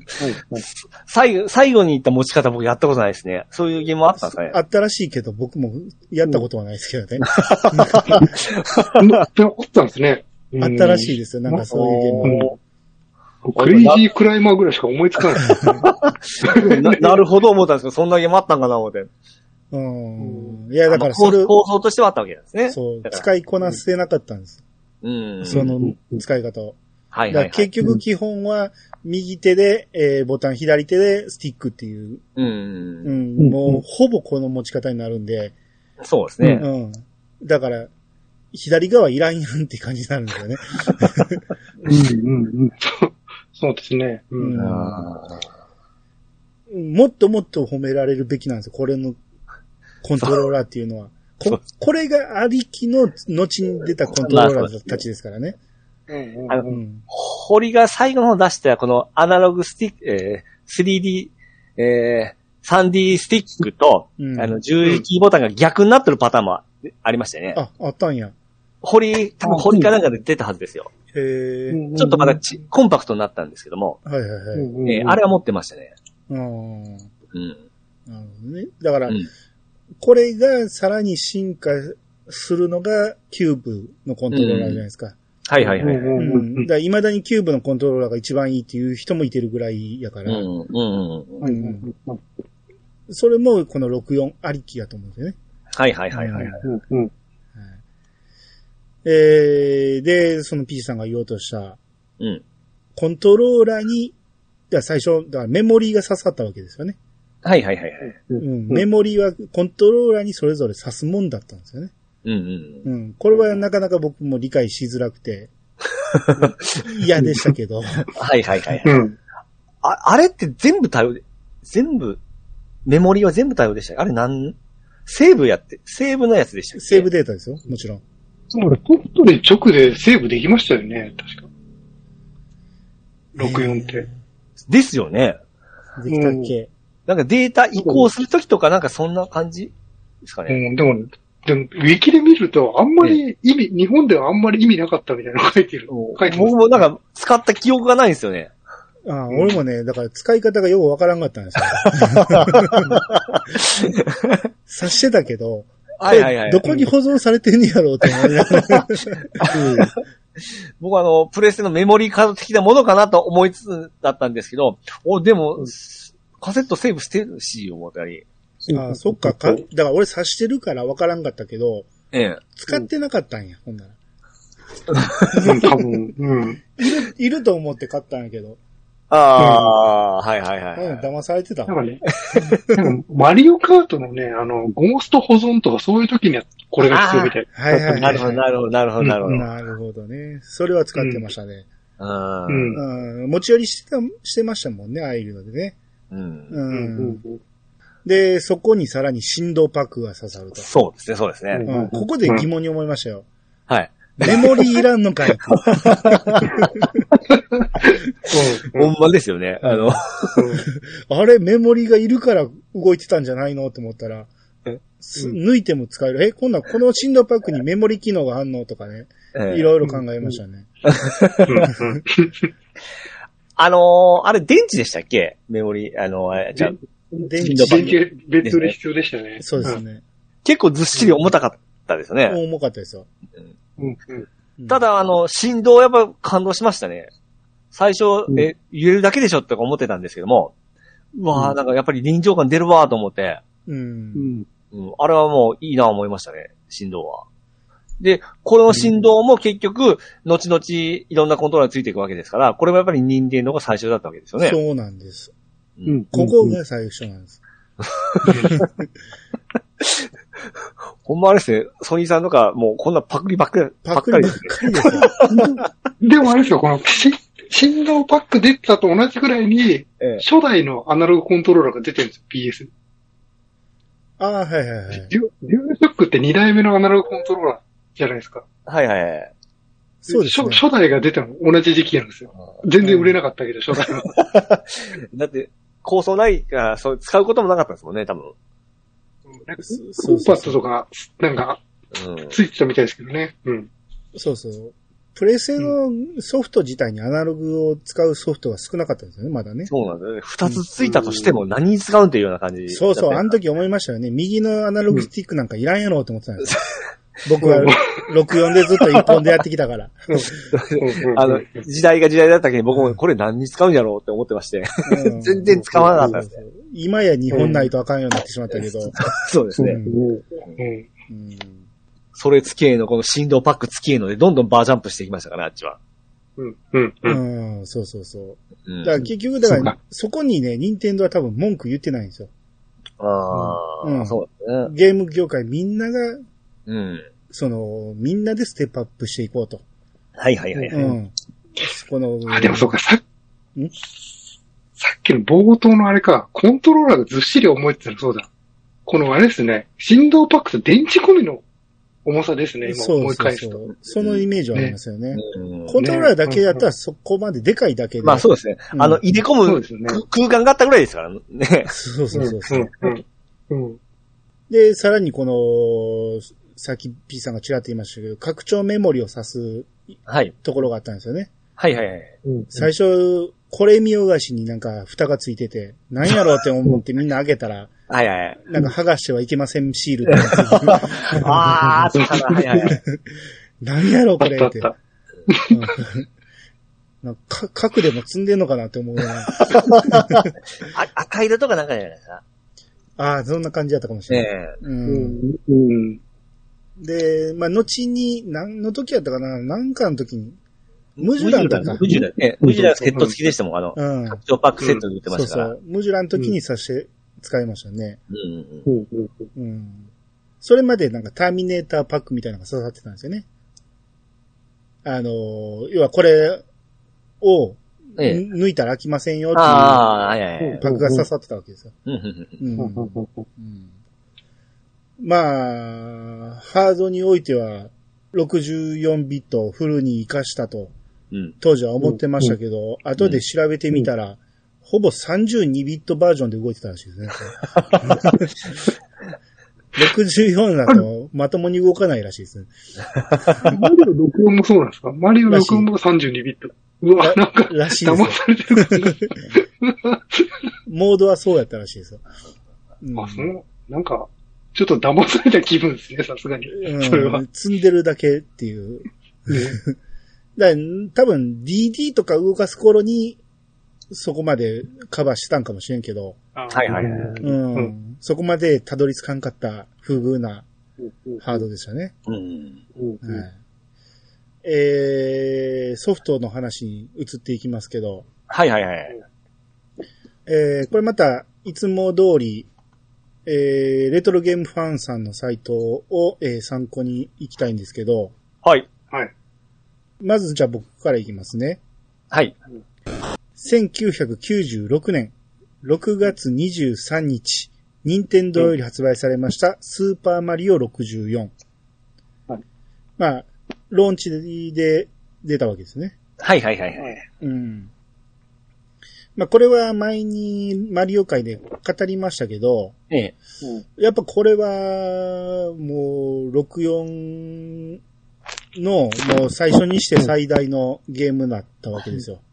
Speaker 2: 最後に言った持ち方僕やったことないですね。そういうゲームあったんですかね？
Speaker 1: あったらしいけど、僕もやったことはないですけどね。
Speaker 3: あったんですね。
Speaker 1: あったらしいですよ、なんかそういうゲーム。
Speaker 3: クレイジークライマーぐらいしか思いつかない。
Speaker 2: なるほど思ったんですけど、そんなゲームあったんかな思って。
Speaker 1: いや、だからそれ
Speaker 2: 構想としてはあったわけですね。
Speaker 1: そう、使いこなせなかったんです。その使い方を。結局基本は右手で、ボタン、左手でスティックっていう。もうほぼこの持ち方になるんで。
Speaker 2: そうですね。
Speaker 1: だから、左側いらんやんって感じになるんですよね。
Speaker 3: そうですね。
Speaker 1: もっともっと褒められるべきなんですよ。これのコントローラーっていうのは。これがありきの後に出たコントローラーたちですからね。
Speaker 2: 堀が最後の方出したこのアナログスティック、3D、3D スティックと、11キーボタンが逆になってるパターンもありましたよね。
Speaker 1: あったんや。
Speaker 2: 多分堀かなんかで出たはずですよ。ちょっとまだコンパクトになったんですけども。
Speaker 1: はいはいはい。
Speaker 2: あれは持ってましたね。
Speaker 1: なるほどね。だから、これがさらに進化するのがキューブのコントローラーじゃないですか。
Speaker 2: はいはいはい。
Speaker 1: だから未だにキューブのコントローラーが一番いいっていう人もいてるぐらいやから。それもこの64ありきやと思うんですよね。
Speaker 2: はいはいはいはい。
Speaker 1: で、その P さんが言おうとした、コントローラーに、最初、だからメモリーが刺さったわけですよね。
Speaker 2: はいはいはいはい。
Speaker 1: メモリーはコントローラーにそれぞれ刺すもんだったんですよね。これはなかなか僕も理解しづらくて、嫌でしたけど。
Speaker 2: はいはいはい。あれって全部、メモリーは全部対応でした。あれセーブのやつでしたっけ？
Speaker 1: セーブデータですよ、もちろん。
Speaker 3: ソフトで直でセーブできましたよね、確か。64って。
Speaker 2: ですよね。
Speaker 1: できたっけ？
Speaker 2: なんかデータ移行するときとかなんかそんな感じですかね。
Speaker 3: でも、ウィキで見ると、あんまり日本ではあんまり意味なかったみたいなの書いてる。
Speaker 2: 僕もなんか使った記憶がないんですよね。
Speaker 1: 俺もね、だから使い方がよくわからんかったんですよ。察してたけど、どこに保存されてんやろうと思いながら。
Speaker 2: 僕プレステのメモリーカード的なものかなと思いつつだったんですけど、でも、カセットセーブしてるし、思ったり。
Speaker 1: そっか、だから俺察してるからわからんかったけど、使ってなかったんや、ほんなら。
Speaker 3: 多分、
Speaker 1: いると思って買ったんやけど。
Speaker 2: はいはいはい。
Speaker 1: 騙されてた。
Speaker 3: なんかね、でもマリオカートのね、ゴースト保存とかそういう時にはこれが必要みたい。
Speaker 2: なるほど、なるほど、なるほど。
Speaker 1: なるほどね。それは使ってましたね。持ち寄りしてましたもんね、ああいうのでね。で、そこにさらに振動パックが刺さると。
Speaker 2: そうですね、そうですね。
Speaker 1: ここで疑問に思いましたよ。
Speaker 2: はい。
Speaker 1: メモリーいらんのかい
Speaker 2: ほんまですよね。
Speaker 1: あれ、メモリーがいるから動いてたんじゃないのと思ったら、抜いても使える。今度はこの振動パックにメモリ機能があんのとかね。いろいろ考えましたね。
Speaker 2: あれ電池でしたっけ？メモリ、
Speaker 1: 電
Speaker 3: 池別売り必要でしたね。
Speaker 1: そうですね。
Speaker 2: 結構ずっしり重たかったですよね。
Speaker 1: 重かったですよ。
Speaker 2: ただ、振動やっぱ感動しましたね。最初、揺れるだけでしょって思ってたんですけども、なんかやっぱり臨場感出るわと思って、あれはもういいなと思いましたね、振動は。で、この振動も結局、後々いろんなコントローラーついていくわけですから、これもやっぱり任天堂が最初だったわけですよね。
Speaker 1: そうなんです。ここが最初なんです。
Speaker 2: ほんまあれですね、ソニーさんとかもうこんなパクリばっかりですよ。
Speaker 3: でもあれですよ、この振動パック出たと同じくらいに、初代のアナログコントローラーが出てるんですよ、PS。
Speaker 1: はいはいはい。
Speaker 3: デュアルショックって2代目のアナログコントローラーじゃないですか。
Speaker 2: はいはいはい。
Speaker 3: そうですね。初代が出たの同じ時期なんですよ。全然売れなかったけど、初代は。
Speaker 2: だって、構想ないから、使うこともなかったですもんね、多分。
Speaker 3: なんかコンパットとか、なんか、ついてたみたいですけどね。
Speaker 1: そうそう。プレステのソフト自体にアナログを使うソフトが少なかったんですよね、まだね。
Speaker 2: そうなんですね。二つついたとしても何に使うんっていうような感じ。
Speaker 1: そうそう、あの時思いましたよね。右のアナログスティックなんかいらんやろうと思ってたんですよ。僕は64でずっと一本でやってきたから。
Speaker 2: 時代が時代だったけど僕もこれ何に使うんやろうって思ってまして。全然使わなかったですね。
Speaker 1: 今や日本ないとあかんようになってしまったけど。
Speaker 2: そうですね。それ付き合いのこの振動パック付き合いのでどんどんバージャンプしていきましたから、あっちは。
Speaker 1: そうそうそう。だから結局、そこにね、任天堂は多分文句言ってないんですよ。
Speaker 2: そうですね。
Speaker 1: ゲーム業界みんなが、みんなでステップアップしていこうと。
Speaker 2: はいはいはい。
Speaker 3: でもそうか、さっきの冒頭のあれか、コントローラーがずっしり重いって言ったらそうだ。 このあれですね、振動パックと電池込みの重さですね、今思い返すと。
Speaker 1: そのイメージはありますよね。コントローラーだけやったらそこまででかいだけで。
Speaker 2: まあそうですね。入れ込む空間があったぐらいですからね。
Speaker 1: そうそうそう。で、さらにこの、さっき P さんがちらっと言いましたけど、拡張メモリを挿すところがあったんですよね。
Speaker 2: はいはいはい。
Speaker 1: 最初、これ見よがしになんか蓋がついてて、何やろうって思ってみんな開けたら、
Speaker 2: はいはい。
Speaker 1: なんか剥がしてはいけませんシールって。
Speaker 2: ああ、そうかな。はいはい。
Speaker 1: 何やろうこれって。核でも積んでんのかなって思うな。
Speaker 2: 赤色とかなんかじゃないですか。
Speaker 1: ああ、そんな感じだったかもしれない。で、まあ、後に、何の時やったかな、なんかの時に、ムジュランだった。
Speaker 2: ムジュランね。ムジュランセット付きでしたもん、拡張パックセットで売ってましたから。
Speaker 1: そうそう。ムジュランの時に使いましたね。それまでなんかターミネーターパックみたいなのが刺さってたんですよね。要はこれを抜いたら飽きませんよっていうパックが刺さってたわけですよ。まあ、ハードにおいては64ビットをフルに活かしたと、当時は思ってましたけど、後で調べてみたら、ほぼ32ビットバージョンで動いてたらしいですね。64だとまともに動かないらしいですね。
Speaker 3: マリオ64もそうなんですか？マリオ64も32ビット。うわ、なんか、
Speaker 1: らしいです
Speaker 3: 騙されてる。
Speaker 1: モードはそうやったらしいですよ。
Speaker 3: なんか、ちょっと騙された気分ですね、さすがに。それは。
Speaker 1: 積んでるだけっていう。だから多分 DD とか動かす頃に、そこまでカバーしたんかもしれんけど。
Speaker 2: はいはいはい。
Speaker 1: そこまでたどり着かんかった不遇なハードでしたね。ソフトの話に移っていきますけど。
Speaker 2: はいはいはい。
Speaker 1: これまた、いつも通り、レトロゲームファンさんのサイトを、参考に行きたいんですけど。
Speaker 2: はい。
Speaker 3: はい。
Speaker 1: まずじゃあ僕からいきますね。
Speaker 2: はい。
Speaker 1: 1996年6月23日、任天堂より発売されましたスーパーマリオ64。
Speaker 3: はい。
Speaker 1: まあ、ローンチで出たわけですね。
Speaker 2: はいはいはいはい。
Speaker 1: まあこれは前にマリオ界で語りましたけど、やっぱこれはもう64のもう最初にして最大のゲームだったわけですよ。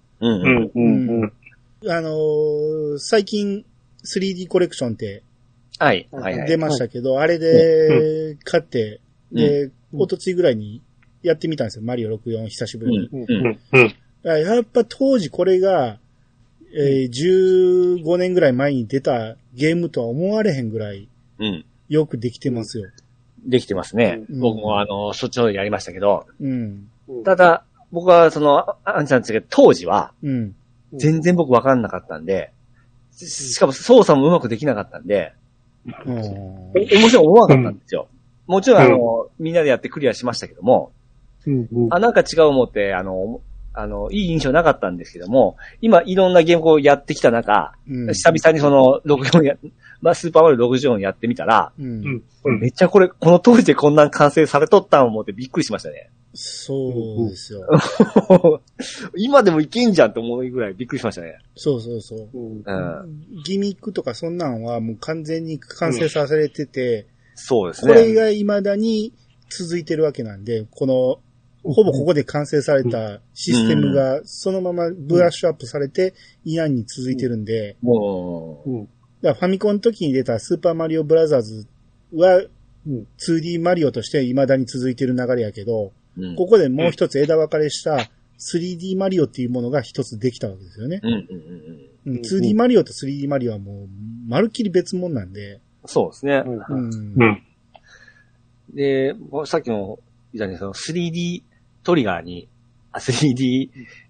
Speaker 1: 最近 3D コレクションって出ましたけど、あれで買って、で、おとついぐらいにやってみたんですよ、マリオ64久しぶりに。やっぱ当時これが、15年ぐらい前に出たゲームとは思われへんぐらい、よくできてますよ。
Speaker 2: できてますね。僕もそっちの方でやりましたけど。ただ、僕はアンちゃんですけど、当時は、全然僕わかんなかったんで、しかも操作もうまくできなかったんで、面白い思わなかったんですよ。もちろんみんなでやってクリアしましたけども、なんか違う思って、いい印象なかったんですけども、今いろんなゲームをやってきた中、久々に64スーパーマリオ64やってみたら、めっちゃこの当時でこんな完成されとったん思ってびっくりしましたね。
Speaker 1: そうですよ。
Speaker 2: 今でもいけんじゃんと思うぐらいびっくりしましたね。
Speaker 1: そう。ギミックとかそんなんはもう完全に完成されてて、
Speaker 2: そうですね。
Speaker 1: これが未だに続いてるわけなんで、ほぼここで完成されたシステムがそのままブラッシュアップされてイアンに続いてるんで、だからファミコンの時に出たスーパーマリオブラザーズは 2D マリオとして未だに続いてる流れやけど、ここでもう一つ枝分かれした 3D マリオっていうものが一つできたわけですよね。2D マリオと 3D マリオはもうまるっきり別物なんで。
Speaker 2: そうですね。で、さっきの言ったように3D トリガーに、3D、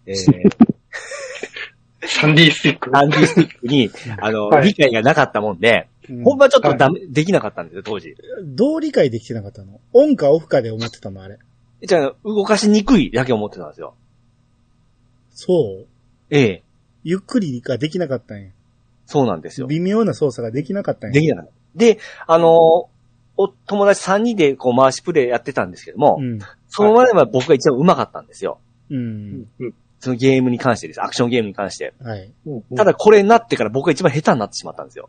Speaker 3: サンディスティック。
Speaker 2: サンディスティックに、理解がなかったもんで、ほんまちょっとできなかったんですよ、当時。
Speaker 1: どう理解できてなかったの？オンかオフかで思ってたのあれ。
Speaker 2: じゃあ、動かしにくいだけ思ってたんですよ。
Speaker 1: そう？
Speaker 2: ええ。
Speaker 1: ゆっくりができなかったんや。
Speaker 2: そうなんですよ。
Speaker 1: 微妙な操作ができなかったんや。
Speaker 2: できなかった。 で、友達3人でこう回しプレイやってたんですけども、そのまでは僕が一番上手かったんですよ。そのゲームに関してです。アクションゲームに関して。はい。ただこれになってから僕が一番下手になってしまったんですよ。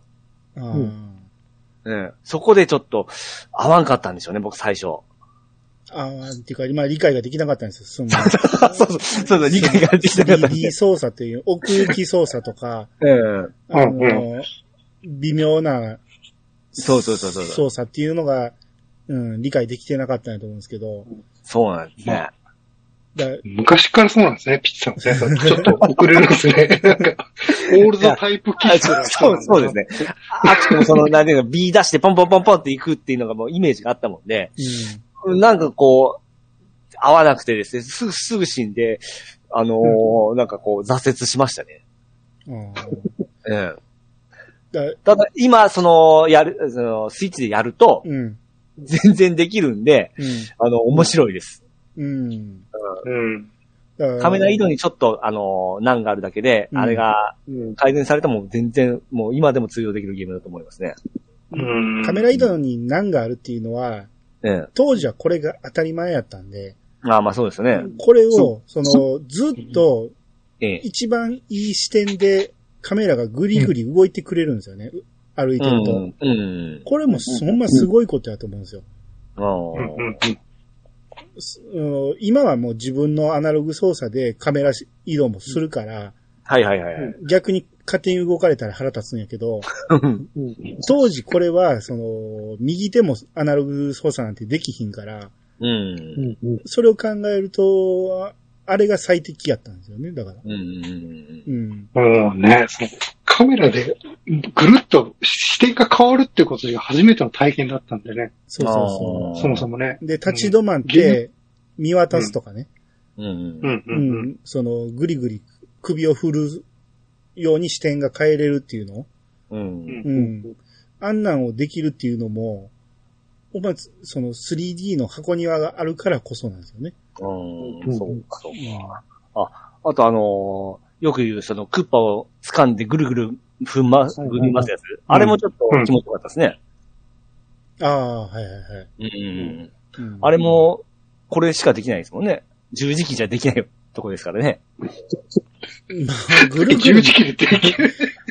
Speaker 2: そこでちょっと合わんかったんでしょうね、僕最初。
Speaker 1: っていうか、今理解ができなかったんですよ。
Speaker 2: そう、理解ができなかったんです。
Speaker 1: 3D 操作っていう、奥行き操作とか、微妙な、操作っていうのが、理解できてなかったんだと思うんですけど。
Speaker 2: そうなんですね。
Speaker 3: 昔からそうなんですね、ピッチさんね。ちょっと遅れるんですね。なんか、オールドタイプキッズが
Speaker 2: そうですね。アクションもなんていうか B 出してポンポンポンポンっていくっていうのがもうイメージがあったもんで、なんかこう、合わなくてですね、すぐ死んで、なんかこう挫折しましたね。ただ、今、スイッチでやると、全然できるんで、面白いです。カメラ移動にちょっと、難があるだけで、あれが、改善されても全然、もう今でも通用できるゲームだと思いますね。
Speaker 1: カメラ移動に難があるっていうのは、当時はこれが当たり前やったんで、
Speaker 2: まあそうですね。
Speaker 1: これを、ずっと、一番いい視点でカメラがグリグリ動いてくれるんですよね。歩いてると。これもほんますごいことやと思うんですよ。今はもう自分のアナログ操作でカメラ移動もするから、逆に勝手に動かれたら腹立つんやけど、当時これは、右手もアナログ操作なんてできひんから、それを考えると、あれが最適やったんですよね、だから。
Speaker 3: カメラでぐるっと視点が変わるってことが初めての体験だったんでね。
Speaker 1: そう。
Speaker 3: そもそもね。
Speaker 1: で、立ち止まって見渡すとかね。ぐりぐり首を振るように視点が変えれるっていうの。あんなんをできるっていうのも、3D の箱庭があるからこそなんですよね。
Speaker 2: そうか。あとよく言うクッパを掴んでぐるぐる振りますやつ。あれもちょっと気持ちよかったですね。
Speaker 1: はい。
Speaker 2: あれも、これしかできないですもんね。十字キーじゃできないとこですからね。
Speaker 3: ぐるぐる。十字キーでできる。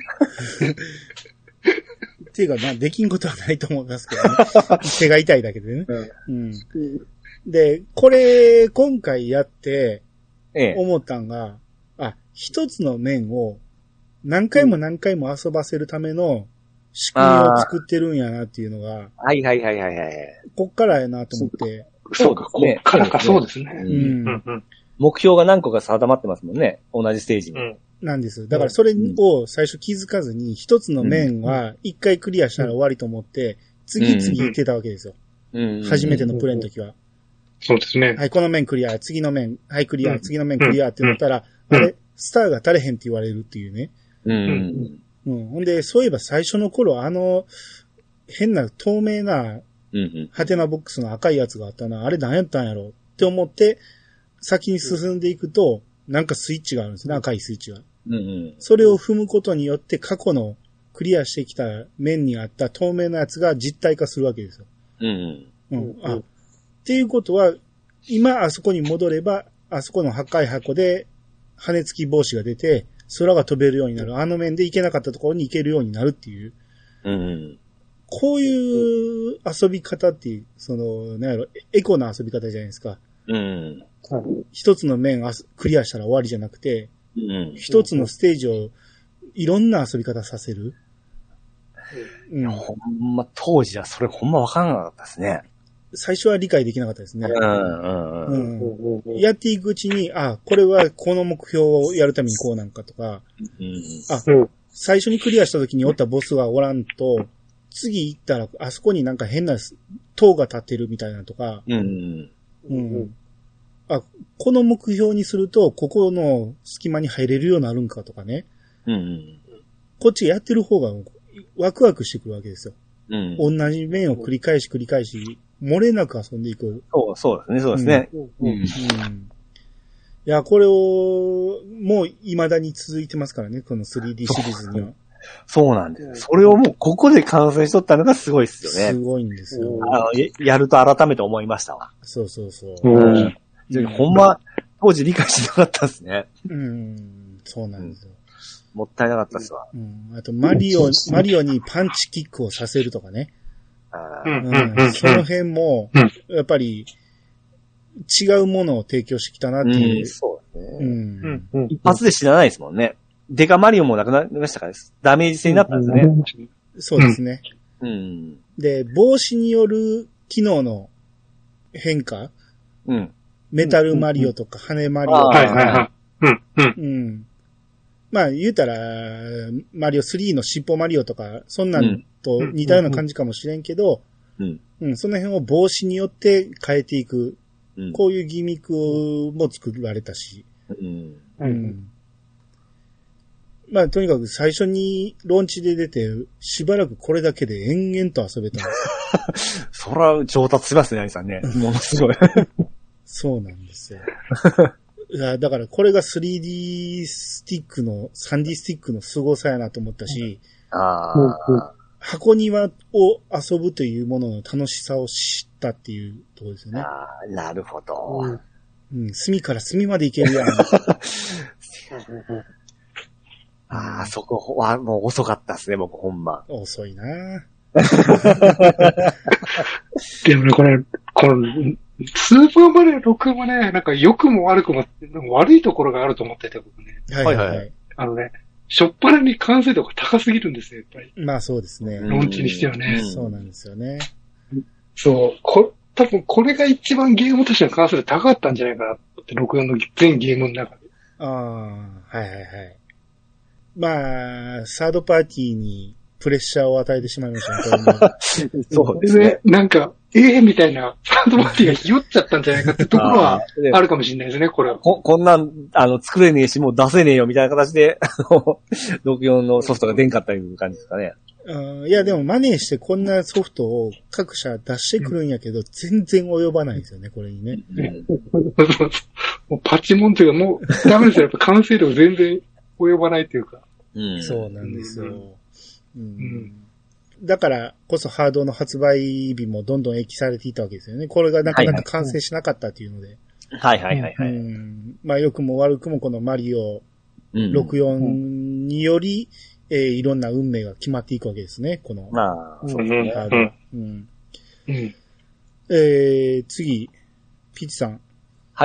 Speaker 1: っていうか、できんことはないと思いますけどね。手が痛いだけでね。で、これ、今回やって、思ったんが、一つの面を何回も何回も遊ばせるための仕組みを作ってるんやなっていうのが、こっからやなと思って。
Speaker 3: そうか、こっからか、そうですね。
Speaker 2: 目標が何個か定まってますもんね。同じステージに。
Speaker 1: なんです。だからそれを最初気づかずに、一つの面は一回クリアしたら終わりと思って、次々行ってたわけですよ。初めてのプレイの時は。
Speaker 3: そうですね。
Speaker 1: はい、この面クリア、次の面、はい、クリア、次の面クリアってなったら、あれ、スターが垂れへんって言われるっていうね。ほんで、そういえば最初の頃、変な透明な、ハテナボックスの赤いやつがあったな、あれ何やったんやろって思って、先に進んでいくと、なんかスイッチがあるんですね、赤いスイッチが。それを踏むことによって過去のクリアしてきた面にあった透明なやつが実体化するわけですよ。っていうことは、今あそこに戻れば、あそこの赤い箱で羽根付き帽子が出て、空が飛べるようになる。あの面で行けなかったところに行けるようになるっていう。こういう遊び方っていう、なんやろ、エコな遊び方じゃないですか。一つの面クリアしたら終わりじゃなくて、一つのステージをいろんな遊び方させる。
Speaker 2: ほんま、当時はそれほんまわからなかったですね。
Speaker 1: 最初は理解できなかったですね。やっていくうちに、これはこの目標をやるためにこうなんかとか、最初にクリアした時におったボスがおらんと、次行ったらあそこになんか変な塔が立ってるみたいなとか、この目標にすると、ここの隙間に入れるようになるんかとかね。こっちやってる方がワクワクしてくるわけですよ。同じ面を繰り返し、漏れなく遊んでいく。
Speaker 2: そうですね。
Speaker 1: いや、これを、もう未だに続いてますからね、この 3D シリーズには。
Speaker 2: そうなんです。それをもうここで完成しとったのがすごいっすよね。
Speaker 1: すごいんですよ。
Speaker 2: やると改めて思いましたわ。
Speaker 1: そうそうそう。
Speaker 2: ほんま、当時理解しなかったですね。
Speaker 1: そうなんですよ。
Speaker 2: もったいなかったですわ。
Speaker 1: あと、マリオにパンチキックをさせるとかね。その辺も、やっぱり、違うものを提供してきたなっていう。
Speaker 2: そうですね。一発で死なないですもんね。デカマリオもなくなりましたからダメージ性になったんですね。
Speaker 1: そうですね。で、帽子による機能の変化。メタルマリオとか羽マリオとか。まあ言うたら、マリオ3の尻尾マリオとか、そんなんと似たような感じかもしれんけど、その辺を帽子によって変えていく。こういうギミックも作られたし。まあとにかく最初にローンチで出て、しばらくこれだけで延々と遊べた。
Speaker 2: そら上達しますね、アニさんね。ものすごい。
Speaker 1: そうなんですよ。だからこれが 3D スティックの、3D スティックの凄さやなと思ったし、箱庭を遊ぶというものの楽しさを知ったっていうところですよね。
Speaker 2: なるほど。
Speaker 1: 隅から隅まで行けるやん。
Speaker 2: そこはもう遅かったですね、僕ほんま。
Speaker 1: 遅いな
Speaker 3: でもね、この、スーパーマリオ6もね、なんか良くも悪くも、悪いところがあると思ってて、僕ね。
Speaker 1: はいはい。
Speaker 3: しょっぱなに完成度が高すぎるんですよ、やっぱり。
Speaker 1: まあそうですね。
Speaker 3: ローンチにしてはね。
Speaker 1: そうなんですよね。
Speaker 3: そう。多分これが一番ゲームとしての完成度高かったんじゃないかなって、64の全ゲームの中で。
Speaker 1: はいはいはい。まあ、サードパーティーにプレッシャーを与えてしまいました
Speaker 3: ね。そうですね。なんか、みたいな、サードパーティーがひよっちゃったんじゃないかってところはあるかもしれないですね、これは。
Speaker 2: こんなん、作れねえし、もう出せねえよ、みたいな形で、64のソフトが出んかったいう感じですかね。
Speaker 1: いや、でもマネーしてこんなソフトを各社出してくるんやけど、全然及ばないですよね、これにね。
Speaker 3: もうパチモンというか、もうダメですよ。やっぱ完成度全然及ばないというか。
Speaker 1: そうなんですよ。だからこそハードの発売日もどんどん延期されていたわけですよね。これがなかなか完成しなかったっていうので。まあ良くも悪くもこのマリオ64により、いろんな運命が決まっていくわけですね。この
Speaker 2: そうですね。
Speaker 1: ハード。次、ピチさん。
Speaker 2: はい。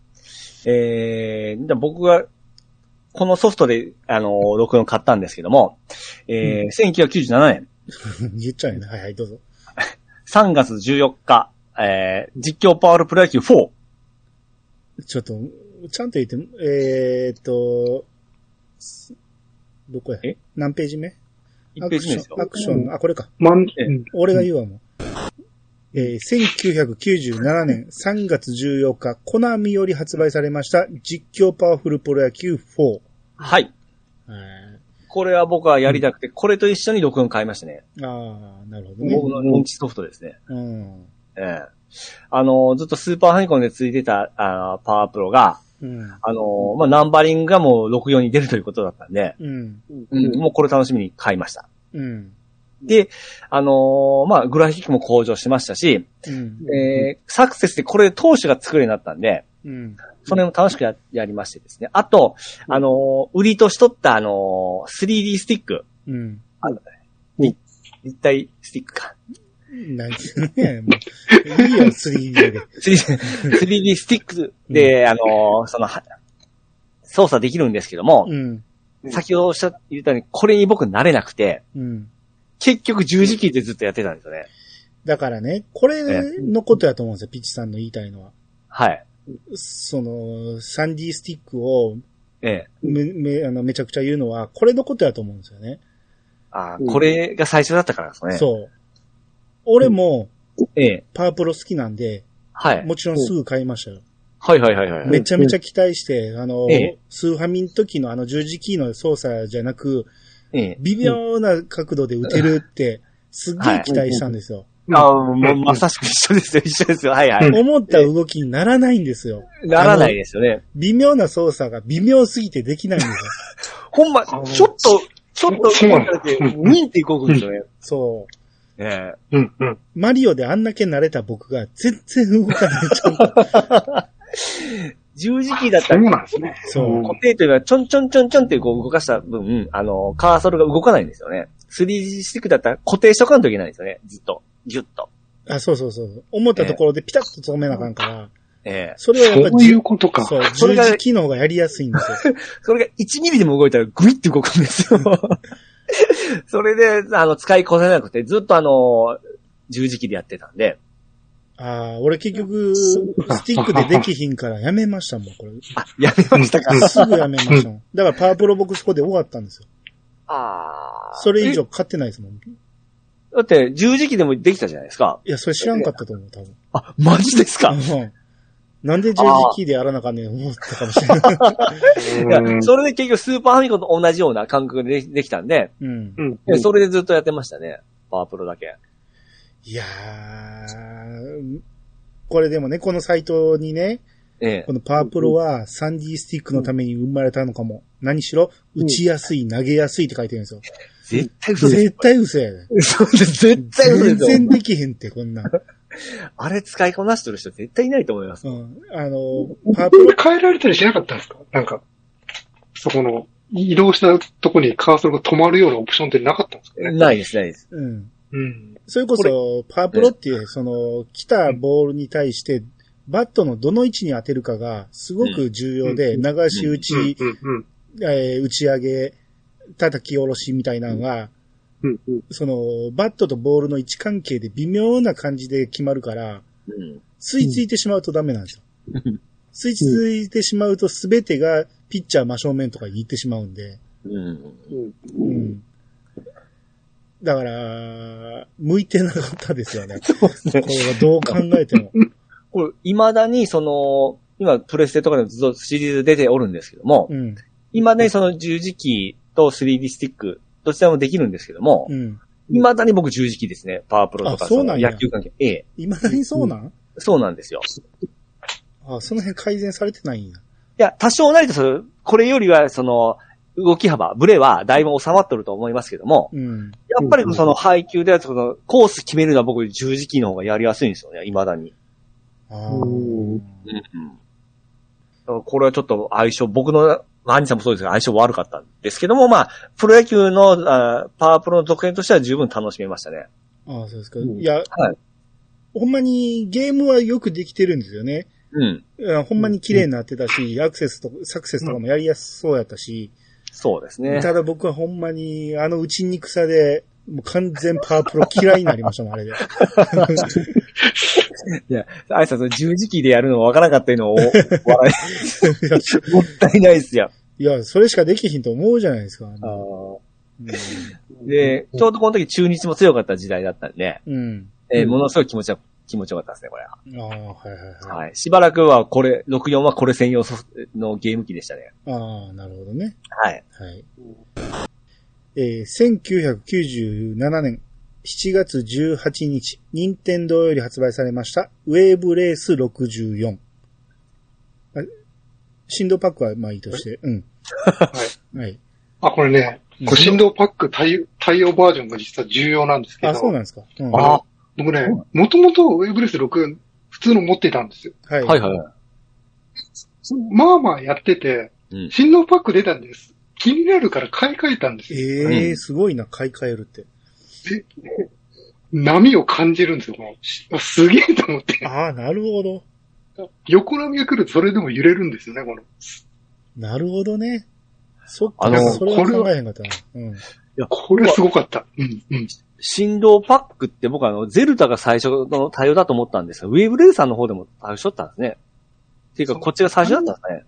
Speaker 2: 僕がこのソフトで、64買ったんですけども、1997年。
Speaker 1: 言っちゃうよね。はいはい、どうぞ。
Speaker 2: 3月14日、実況パワールプロ野球4。
Speaker 1: ちょっと、ちゃんと言って、どこや何ページ目
Speaker 2: ?1 ページ目ですよ。
Speaker 1: アクション、これか。俺が言うわもん。1997年3月14日、コナミより発売されました実況パワフルプロ野球4。
Speaker 2: はい。これは僕はやりたくて、これと一緒に64買いましたね。
Speaker 1: なるほどね。
Speaker 2: 僕のロンチソフトですね。ずっとスーパーファミコンでついてた、パワープロが、ナンバリングがもう64に出るということだったんで、もうこれ楽しみに買いました。で、グラフィックも向上しましたし、サクセスでこれ投手が作るようになったんで、それも楽しく やりましてですね。あと、売りとしとった、3D スティック。立体スティックか。
Speaker 1: 何ね、もういいよ、3D で。
Speaker 2: 3D スティックで、操作できるんですけども、先ほど言ったように、これに僕慣れなくて、結局十字キーでずっとやってたんですよね。
Speaker 1: だからね、これのことやと思うんですよ、ピッチさんの言いたいのは。
Speaker 2: はい。
Speaker 1: 3D スティックを、めちゃくちゃ言うのは、これのことやと思うんですよね。
Speaker 2: これが最初だったからですね。
Speaker 1: そう。俺も、パワープロ好きなんで、もちろんすぐ買いましたよ。めちゃめちゃ期待して、スーファミの時の十字キーの操作じゃなく、微妙な角度で打てるって、すっげえ期待したんですよ。
Speaker 2: もうまさしく一緒ですよ、一緒ですよ。
Speaker 1: 思った動きにならないんですよ。
Speaker 2: ならないですよね。
Speaker 1: 微妙な操作が微妙すぎてできないんですよ。
Speaker 2: ほんま、ちょっちょっと動いただけ、ウィンって動くんですよね。
Speaker 1: そう。
Speaker 2: ね
Speaker 3: え。うんうん。
Speaker 1: マリオであんだけ慣れた僕が全然動かないちゃんと。
Speaker 2: 十字キーだったら、
Speaker 3: そうなんですね。
Speaker 1: そう。
Speaker 2: 固定というか、ちょんちょんちょんちょんってこう動かした分、カーソルが動かないんですよね。3D スティックだったら固定しとかんといけないんですよね。ずっと。ギュッと。
Speaker 1: あ、そうそうそう。思ったところでピタッと止めなあかんから。
Speaker 2: そ
Speaker 1: れはやっぱ
Speaker 3: そういうことか。
Speaker 1: そう、十字機能がやりやすいんですよ。
Speaker 2: それが1ミリでも動いたらグイッて動くんですよ。それで、使いこなせなくて、ずっと十字キーでやってたんで。
Speaker 1: 俺結局、スティックでできひんからやめましたもん、これ。
Speaker 2: やめましたか？
Speaker 1: すぐやめましたもん。だからパワープロ僕そこで終わったんですよ。それ以上買ってないですもん。
Speaker 2: だって、十字キーでもできたじゃないですか。
Speaker 1: いや、それ知らんかったと思う、多分。
Speaker 2: マジですか？
Speaker 1: なんで十字キーでやらなかんねん思ったかもしれない。
Speaker 2: いや、それで結局スーパーファミコンと同じような感覚でできたんで、それでずっとやってましたね。パワープロだけ。
Speaker 1: いやー、これでもね、このサイトにね、このパワープロは 3D スティックのために生まれたのかも。何しろ、打ちやすい、投げやすいって書いてるんですよ。
Speaker 2: 絶対嘘です。
Speaker 1: 絶対嘘やね。
Speaker 2: そうです、絶対嘘ですよ。
Speaker 1: 全然できへんって、こんなん。
Speaker 2: あれ使いこなしてる人絶対いないと思います。
Speaker 1: パワープロ
Speaker 3: 変えられたりしなかったんですか？なんか、そこの、移動したとこにカーソルが止まるようなオプションってなかったんですかね？
Speaker 2: ないです、ないです。
Speaker 1: それこそ、パワープロっていう、来たボールに対して、バットのどの位置に当てるかがすごく重要で、流し打ち、打ち上げ、叩き下ろしみたいなのが、バットとボールの位置関係で微妙な感じで決まるから、吸い付いてしまうとダメなんですよ。吸い付いてしまうと全てがピッチャー真正面とかに行ってしまうんで。だから、向いてなかったですよね。これはどう考えても。
Speaker 2: これ、未だに今プレステとかでもずっとシリーズ出ておるんですけども、未だに十字キーと 3D スティック、どちらもできるんですけども、未だに僕十字キーですね。パワープロとか野球関係。
Speaker 1: 未だにそうなん？
Speaker 2: そうなんですよ。
Speaker 1: その辺改善されてないんや。
Speaker 2: いや、多少なりとこれよりは動き幅、ブレはだいぶ収まっとると思いますけども、やっぱり配球でコース決めるのは僕十字キーの方がやりやすいんですよね、未だに。これはちょっと僕の兄さんもそうですが相性悪かったんですけども、プロ野球のパワープロの続編としては十分楽しめましたね。
Speaker 1: そうですか。いや、ほんまにゲームはよくできてるんですよね。ほんまに綺麗になってたし、アクセスとサクセスとかもやりやすそうやったし。
Speaker 2: そうですね。
Speaker 1: ただ僕はほんまに打ちにくさで、もう完全パワープロ嫌いになりましたもん、あれで。
Speaker 2: いや、あいさん、十字キーでやるのわからなかったのを笑い。もったいないですよ。
Speaker 1: いや、それしかできひんと思うじゃないですか。
Speaker 2: で、ちょうどこの時中日も強かった時代だったんで、ものすごい気持ちよかったですね、これは。はい。しばらくは64はこれ専用のゲーム機でしたね。
Speaker 1: なるほどね。
Speaker 2: はい。
Speaker 1: 1997年7月18日、任天堂より発売されました、ウェーブレース64。振動パックはまあいいとして、
Speaker 3: はい。これね、振動パック対応バージョンが実は重要なんですけど。
Speaker 1: そうなんですか。
Speaker 3: 僕ね、もともとウェーブレース64普通の持ってたんですよ。まあやってて、振動パック出たんです。気になるから買い替えたんですよ。
Speaker 1: すごいな、買い替えるって。
Speaker 3: 波を感じるんですよ。すげえと思って。
Speaker 1: なるほど。
Speaker 3: 横波が来るとそれでも揺れるんですよね、
Speaker 1: なるほどね。そっか、それは考えへんかったな。
Speaker 3: いや、これすごかった。
Speaker 2: 振動パックって僕ゼルタが最初の対応だと思ったんですが、ウェーブレーサーの方でも対応しとったんですね。っていうか、こっちが最初だったんですね。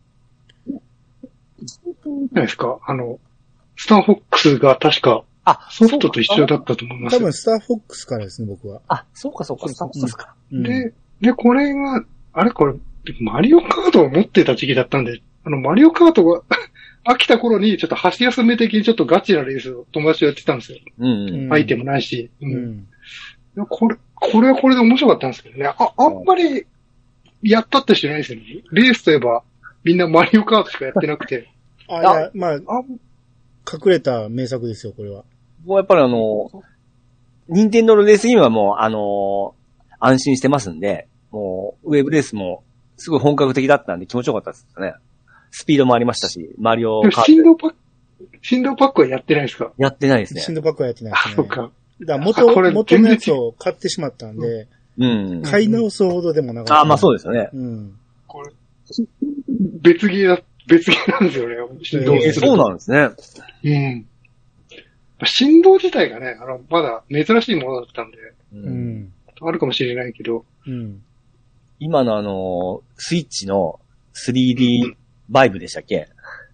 Speaker 3: 何ですかスターフォックスが確か、ソフトと一緒だったと思いますよ。
Speaker 1: 多分スターフォックスからですね、僕は。
Speaker 2: そうか、スターフォックスか。
Speaker 3: で、これが、マリオカートを持ってた時期だったんで、マリオカートが飽きた頃に、ちょっと箸休め的にちょっとガチなレースを友達とやってたんですよ。アイテムないし。これはこれで面白かったんですけどね。あんまり、やったって人いないですよね。レースといえば、みんなマリオカートしかやってなくて。
Speaker 1: まあ、 隠れた名作ですよ、これは。
Speaker 2: もうやっぱり任天堂のレースゲームはもう安心してますんで、もうウェーブレースもすごい本格的だったんで気持ちよかったですね。スピードもありましたし、マリオカート。
Speaker 3: 振動パックはやってないですか？
Speaker 2: やってないですね。
Speaker 1: 振動パックはやってないですね。
Speaker 3: そうか。
Speaker 1: だから元のやつを買ってしまったんで、買い直すほどでもなかった。
Speaker 2: まあそうですよね。
Speaker 3: これ、別ゲーなんですよね。
Speaker 2: そうなんです
Speaker 3: ね。振動自体がね、まだ珍しいものだったんで、あるかもしれないけど、
Speaker 2: 今のスイッチの 3D バイブでしたっけ？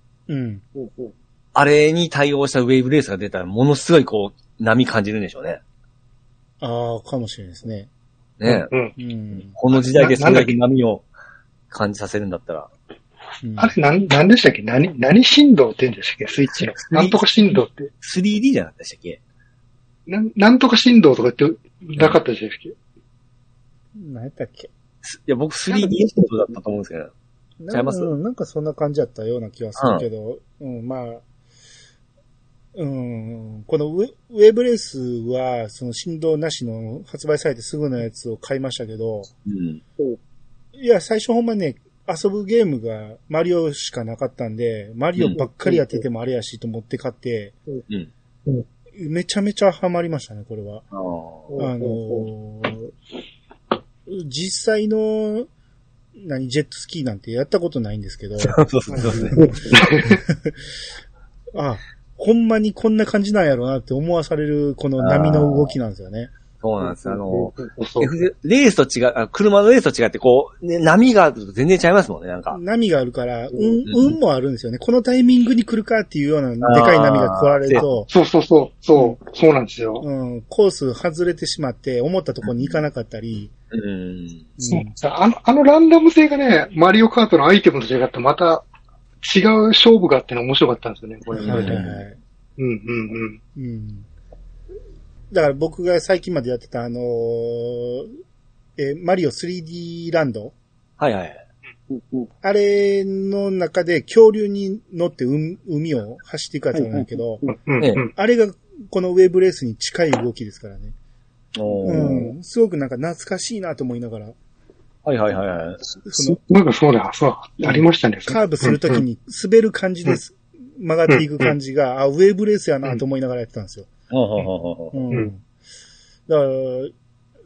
Speaker 2: あれに対応したウェーブレースが出たらものすごいこう波感じるんでしょうね。
Speaker 1: ああ、かもしれないですね。
Speaker 2: ねこの時代でそれだけ波を感じさせるんだったら。
Speaker 3: あれ何でしたっけ？何振動って言うんでしたっけ？スイッチの。なんとか振動って。
Speaker 2: 3D じゃなかったでしたっけ？
Speaker 3: なんとか振動とかってなかったでしたっけ？
Speaker 1: 何やったっけ？い
Speaker 2: や、僕 3D 振動だったと思うんですけど。ちゃいます？
Speaker 1: なんかそんな感じだったような気がするけど、まあ、このウェーブレースは、その振動なしの発売されてすぐのやつを買いましたけど、いや、最初ほんまね、遊ぶゲームがマリオしかなかったんで、マリオばっかりやっててもあれやしと思って買って、めちゃめちゃハマりましたね、これは。実際の、ジェットスキーなんてやったことないんですけど。ほんまにこんな感じなんやろうなって思わされる、この波の動きなんですよね。
Speaker 2: そうなんです。レースと違う、車のレースと違って、こう、波があると全然違いますもんね、なんか。
Speaker 1: 波があるから、運もあるんですよね。このタイミングに来るかっていうようなでかい波が来られると。
Speaker 3: そうなんですよ。
Speaker 1: コース外れてしまって、思ったところに行かなかったり。
Speaker 3: あのランダム性がね、マリオカートのアイテムと違ってまた違う勝負があっての面白かったんですよね、これ。だから僕が最近までやってたマリオ 3D ランド。あれの中で恐竜に乗って海を走っていくやつなんだけど、あれがこのウェーブレースに近い動きですからね。すごくなんか懐かしいなと思いながら。 なんかそうだ、ありましたね。
Speaker 1: カーブするときに滑る感じです。曲がっていく感じが、ウェーブレースやなと思いながらやってたんですよ。だから、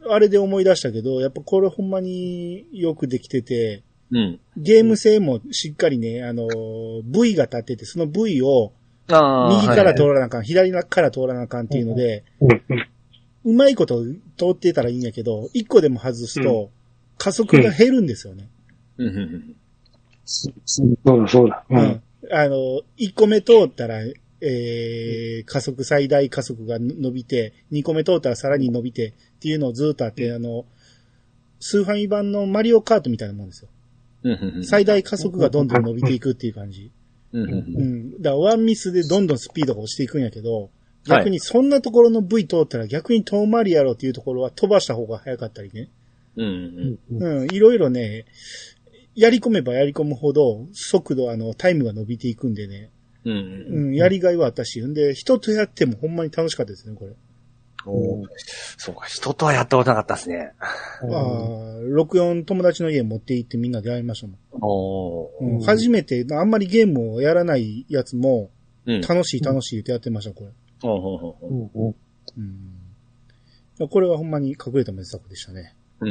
Speaker 1: あれで思い出したけど、やっぱこれほんまによくできてて、ゲーム性もしっかりね、V が立ってて、その V を右から通らなあかん、左から通らなあかんっていうので、うまいこと通ってたらいいんやけど、一個でも外すと、加速が減るんですよね。
Speaker 3: そうだ。
Speaker 1: 一個目通ったら、最大加速が伸びて、二個目通ったらさらに伸びてっていうのをずっとあって、スーファミ版のマリオカートみたいなもんですよ。最大加速がどんどん伸びていくっていう感じ。だからワンミスでどんどんスピードが落ちていくんやけど、逆にそんなところの V 通ったら逆に遠回りやろうっていうところは飛ばした方が早かったりね。いろいろね、やり込めばやり込むほど速度、タイムが伸びていくんでね。やりがいはあったし、んで、人とやってもほんまに楽しかったですね、これ。
Speaker 2: そうか、人とはやったことなかったですね。
Speaker 1: 64友達の家持って行ってみんなでやりましたもん。初めて、あんまりゲームをやらないやつも、楽しいってやってました、これ。これはほんまに隠れた名作でしたね。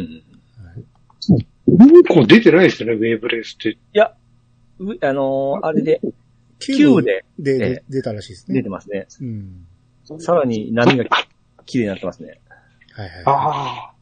Speaker 3: こう出てないですよね、ウェーブレースって。
Speaker 2: いや、あれで、9で
Speaker 1: 出たらしいですね。
Speaker 2: 出てますね。さらに波が綺麗になってますね。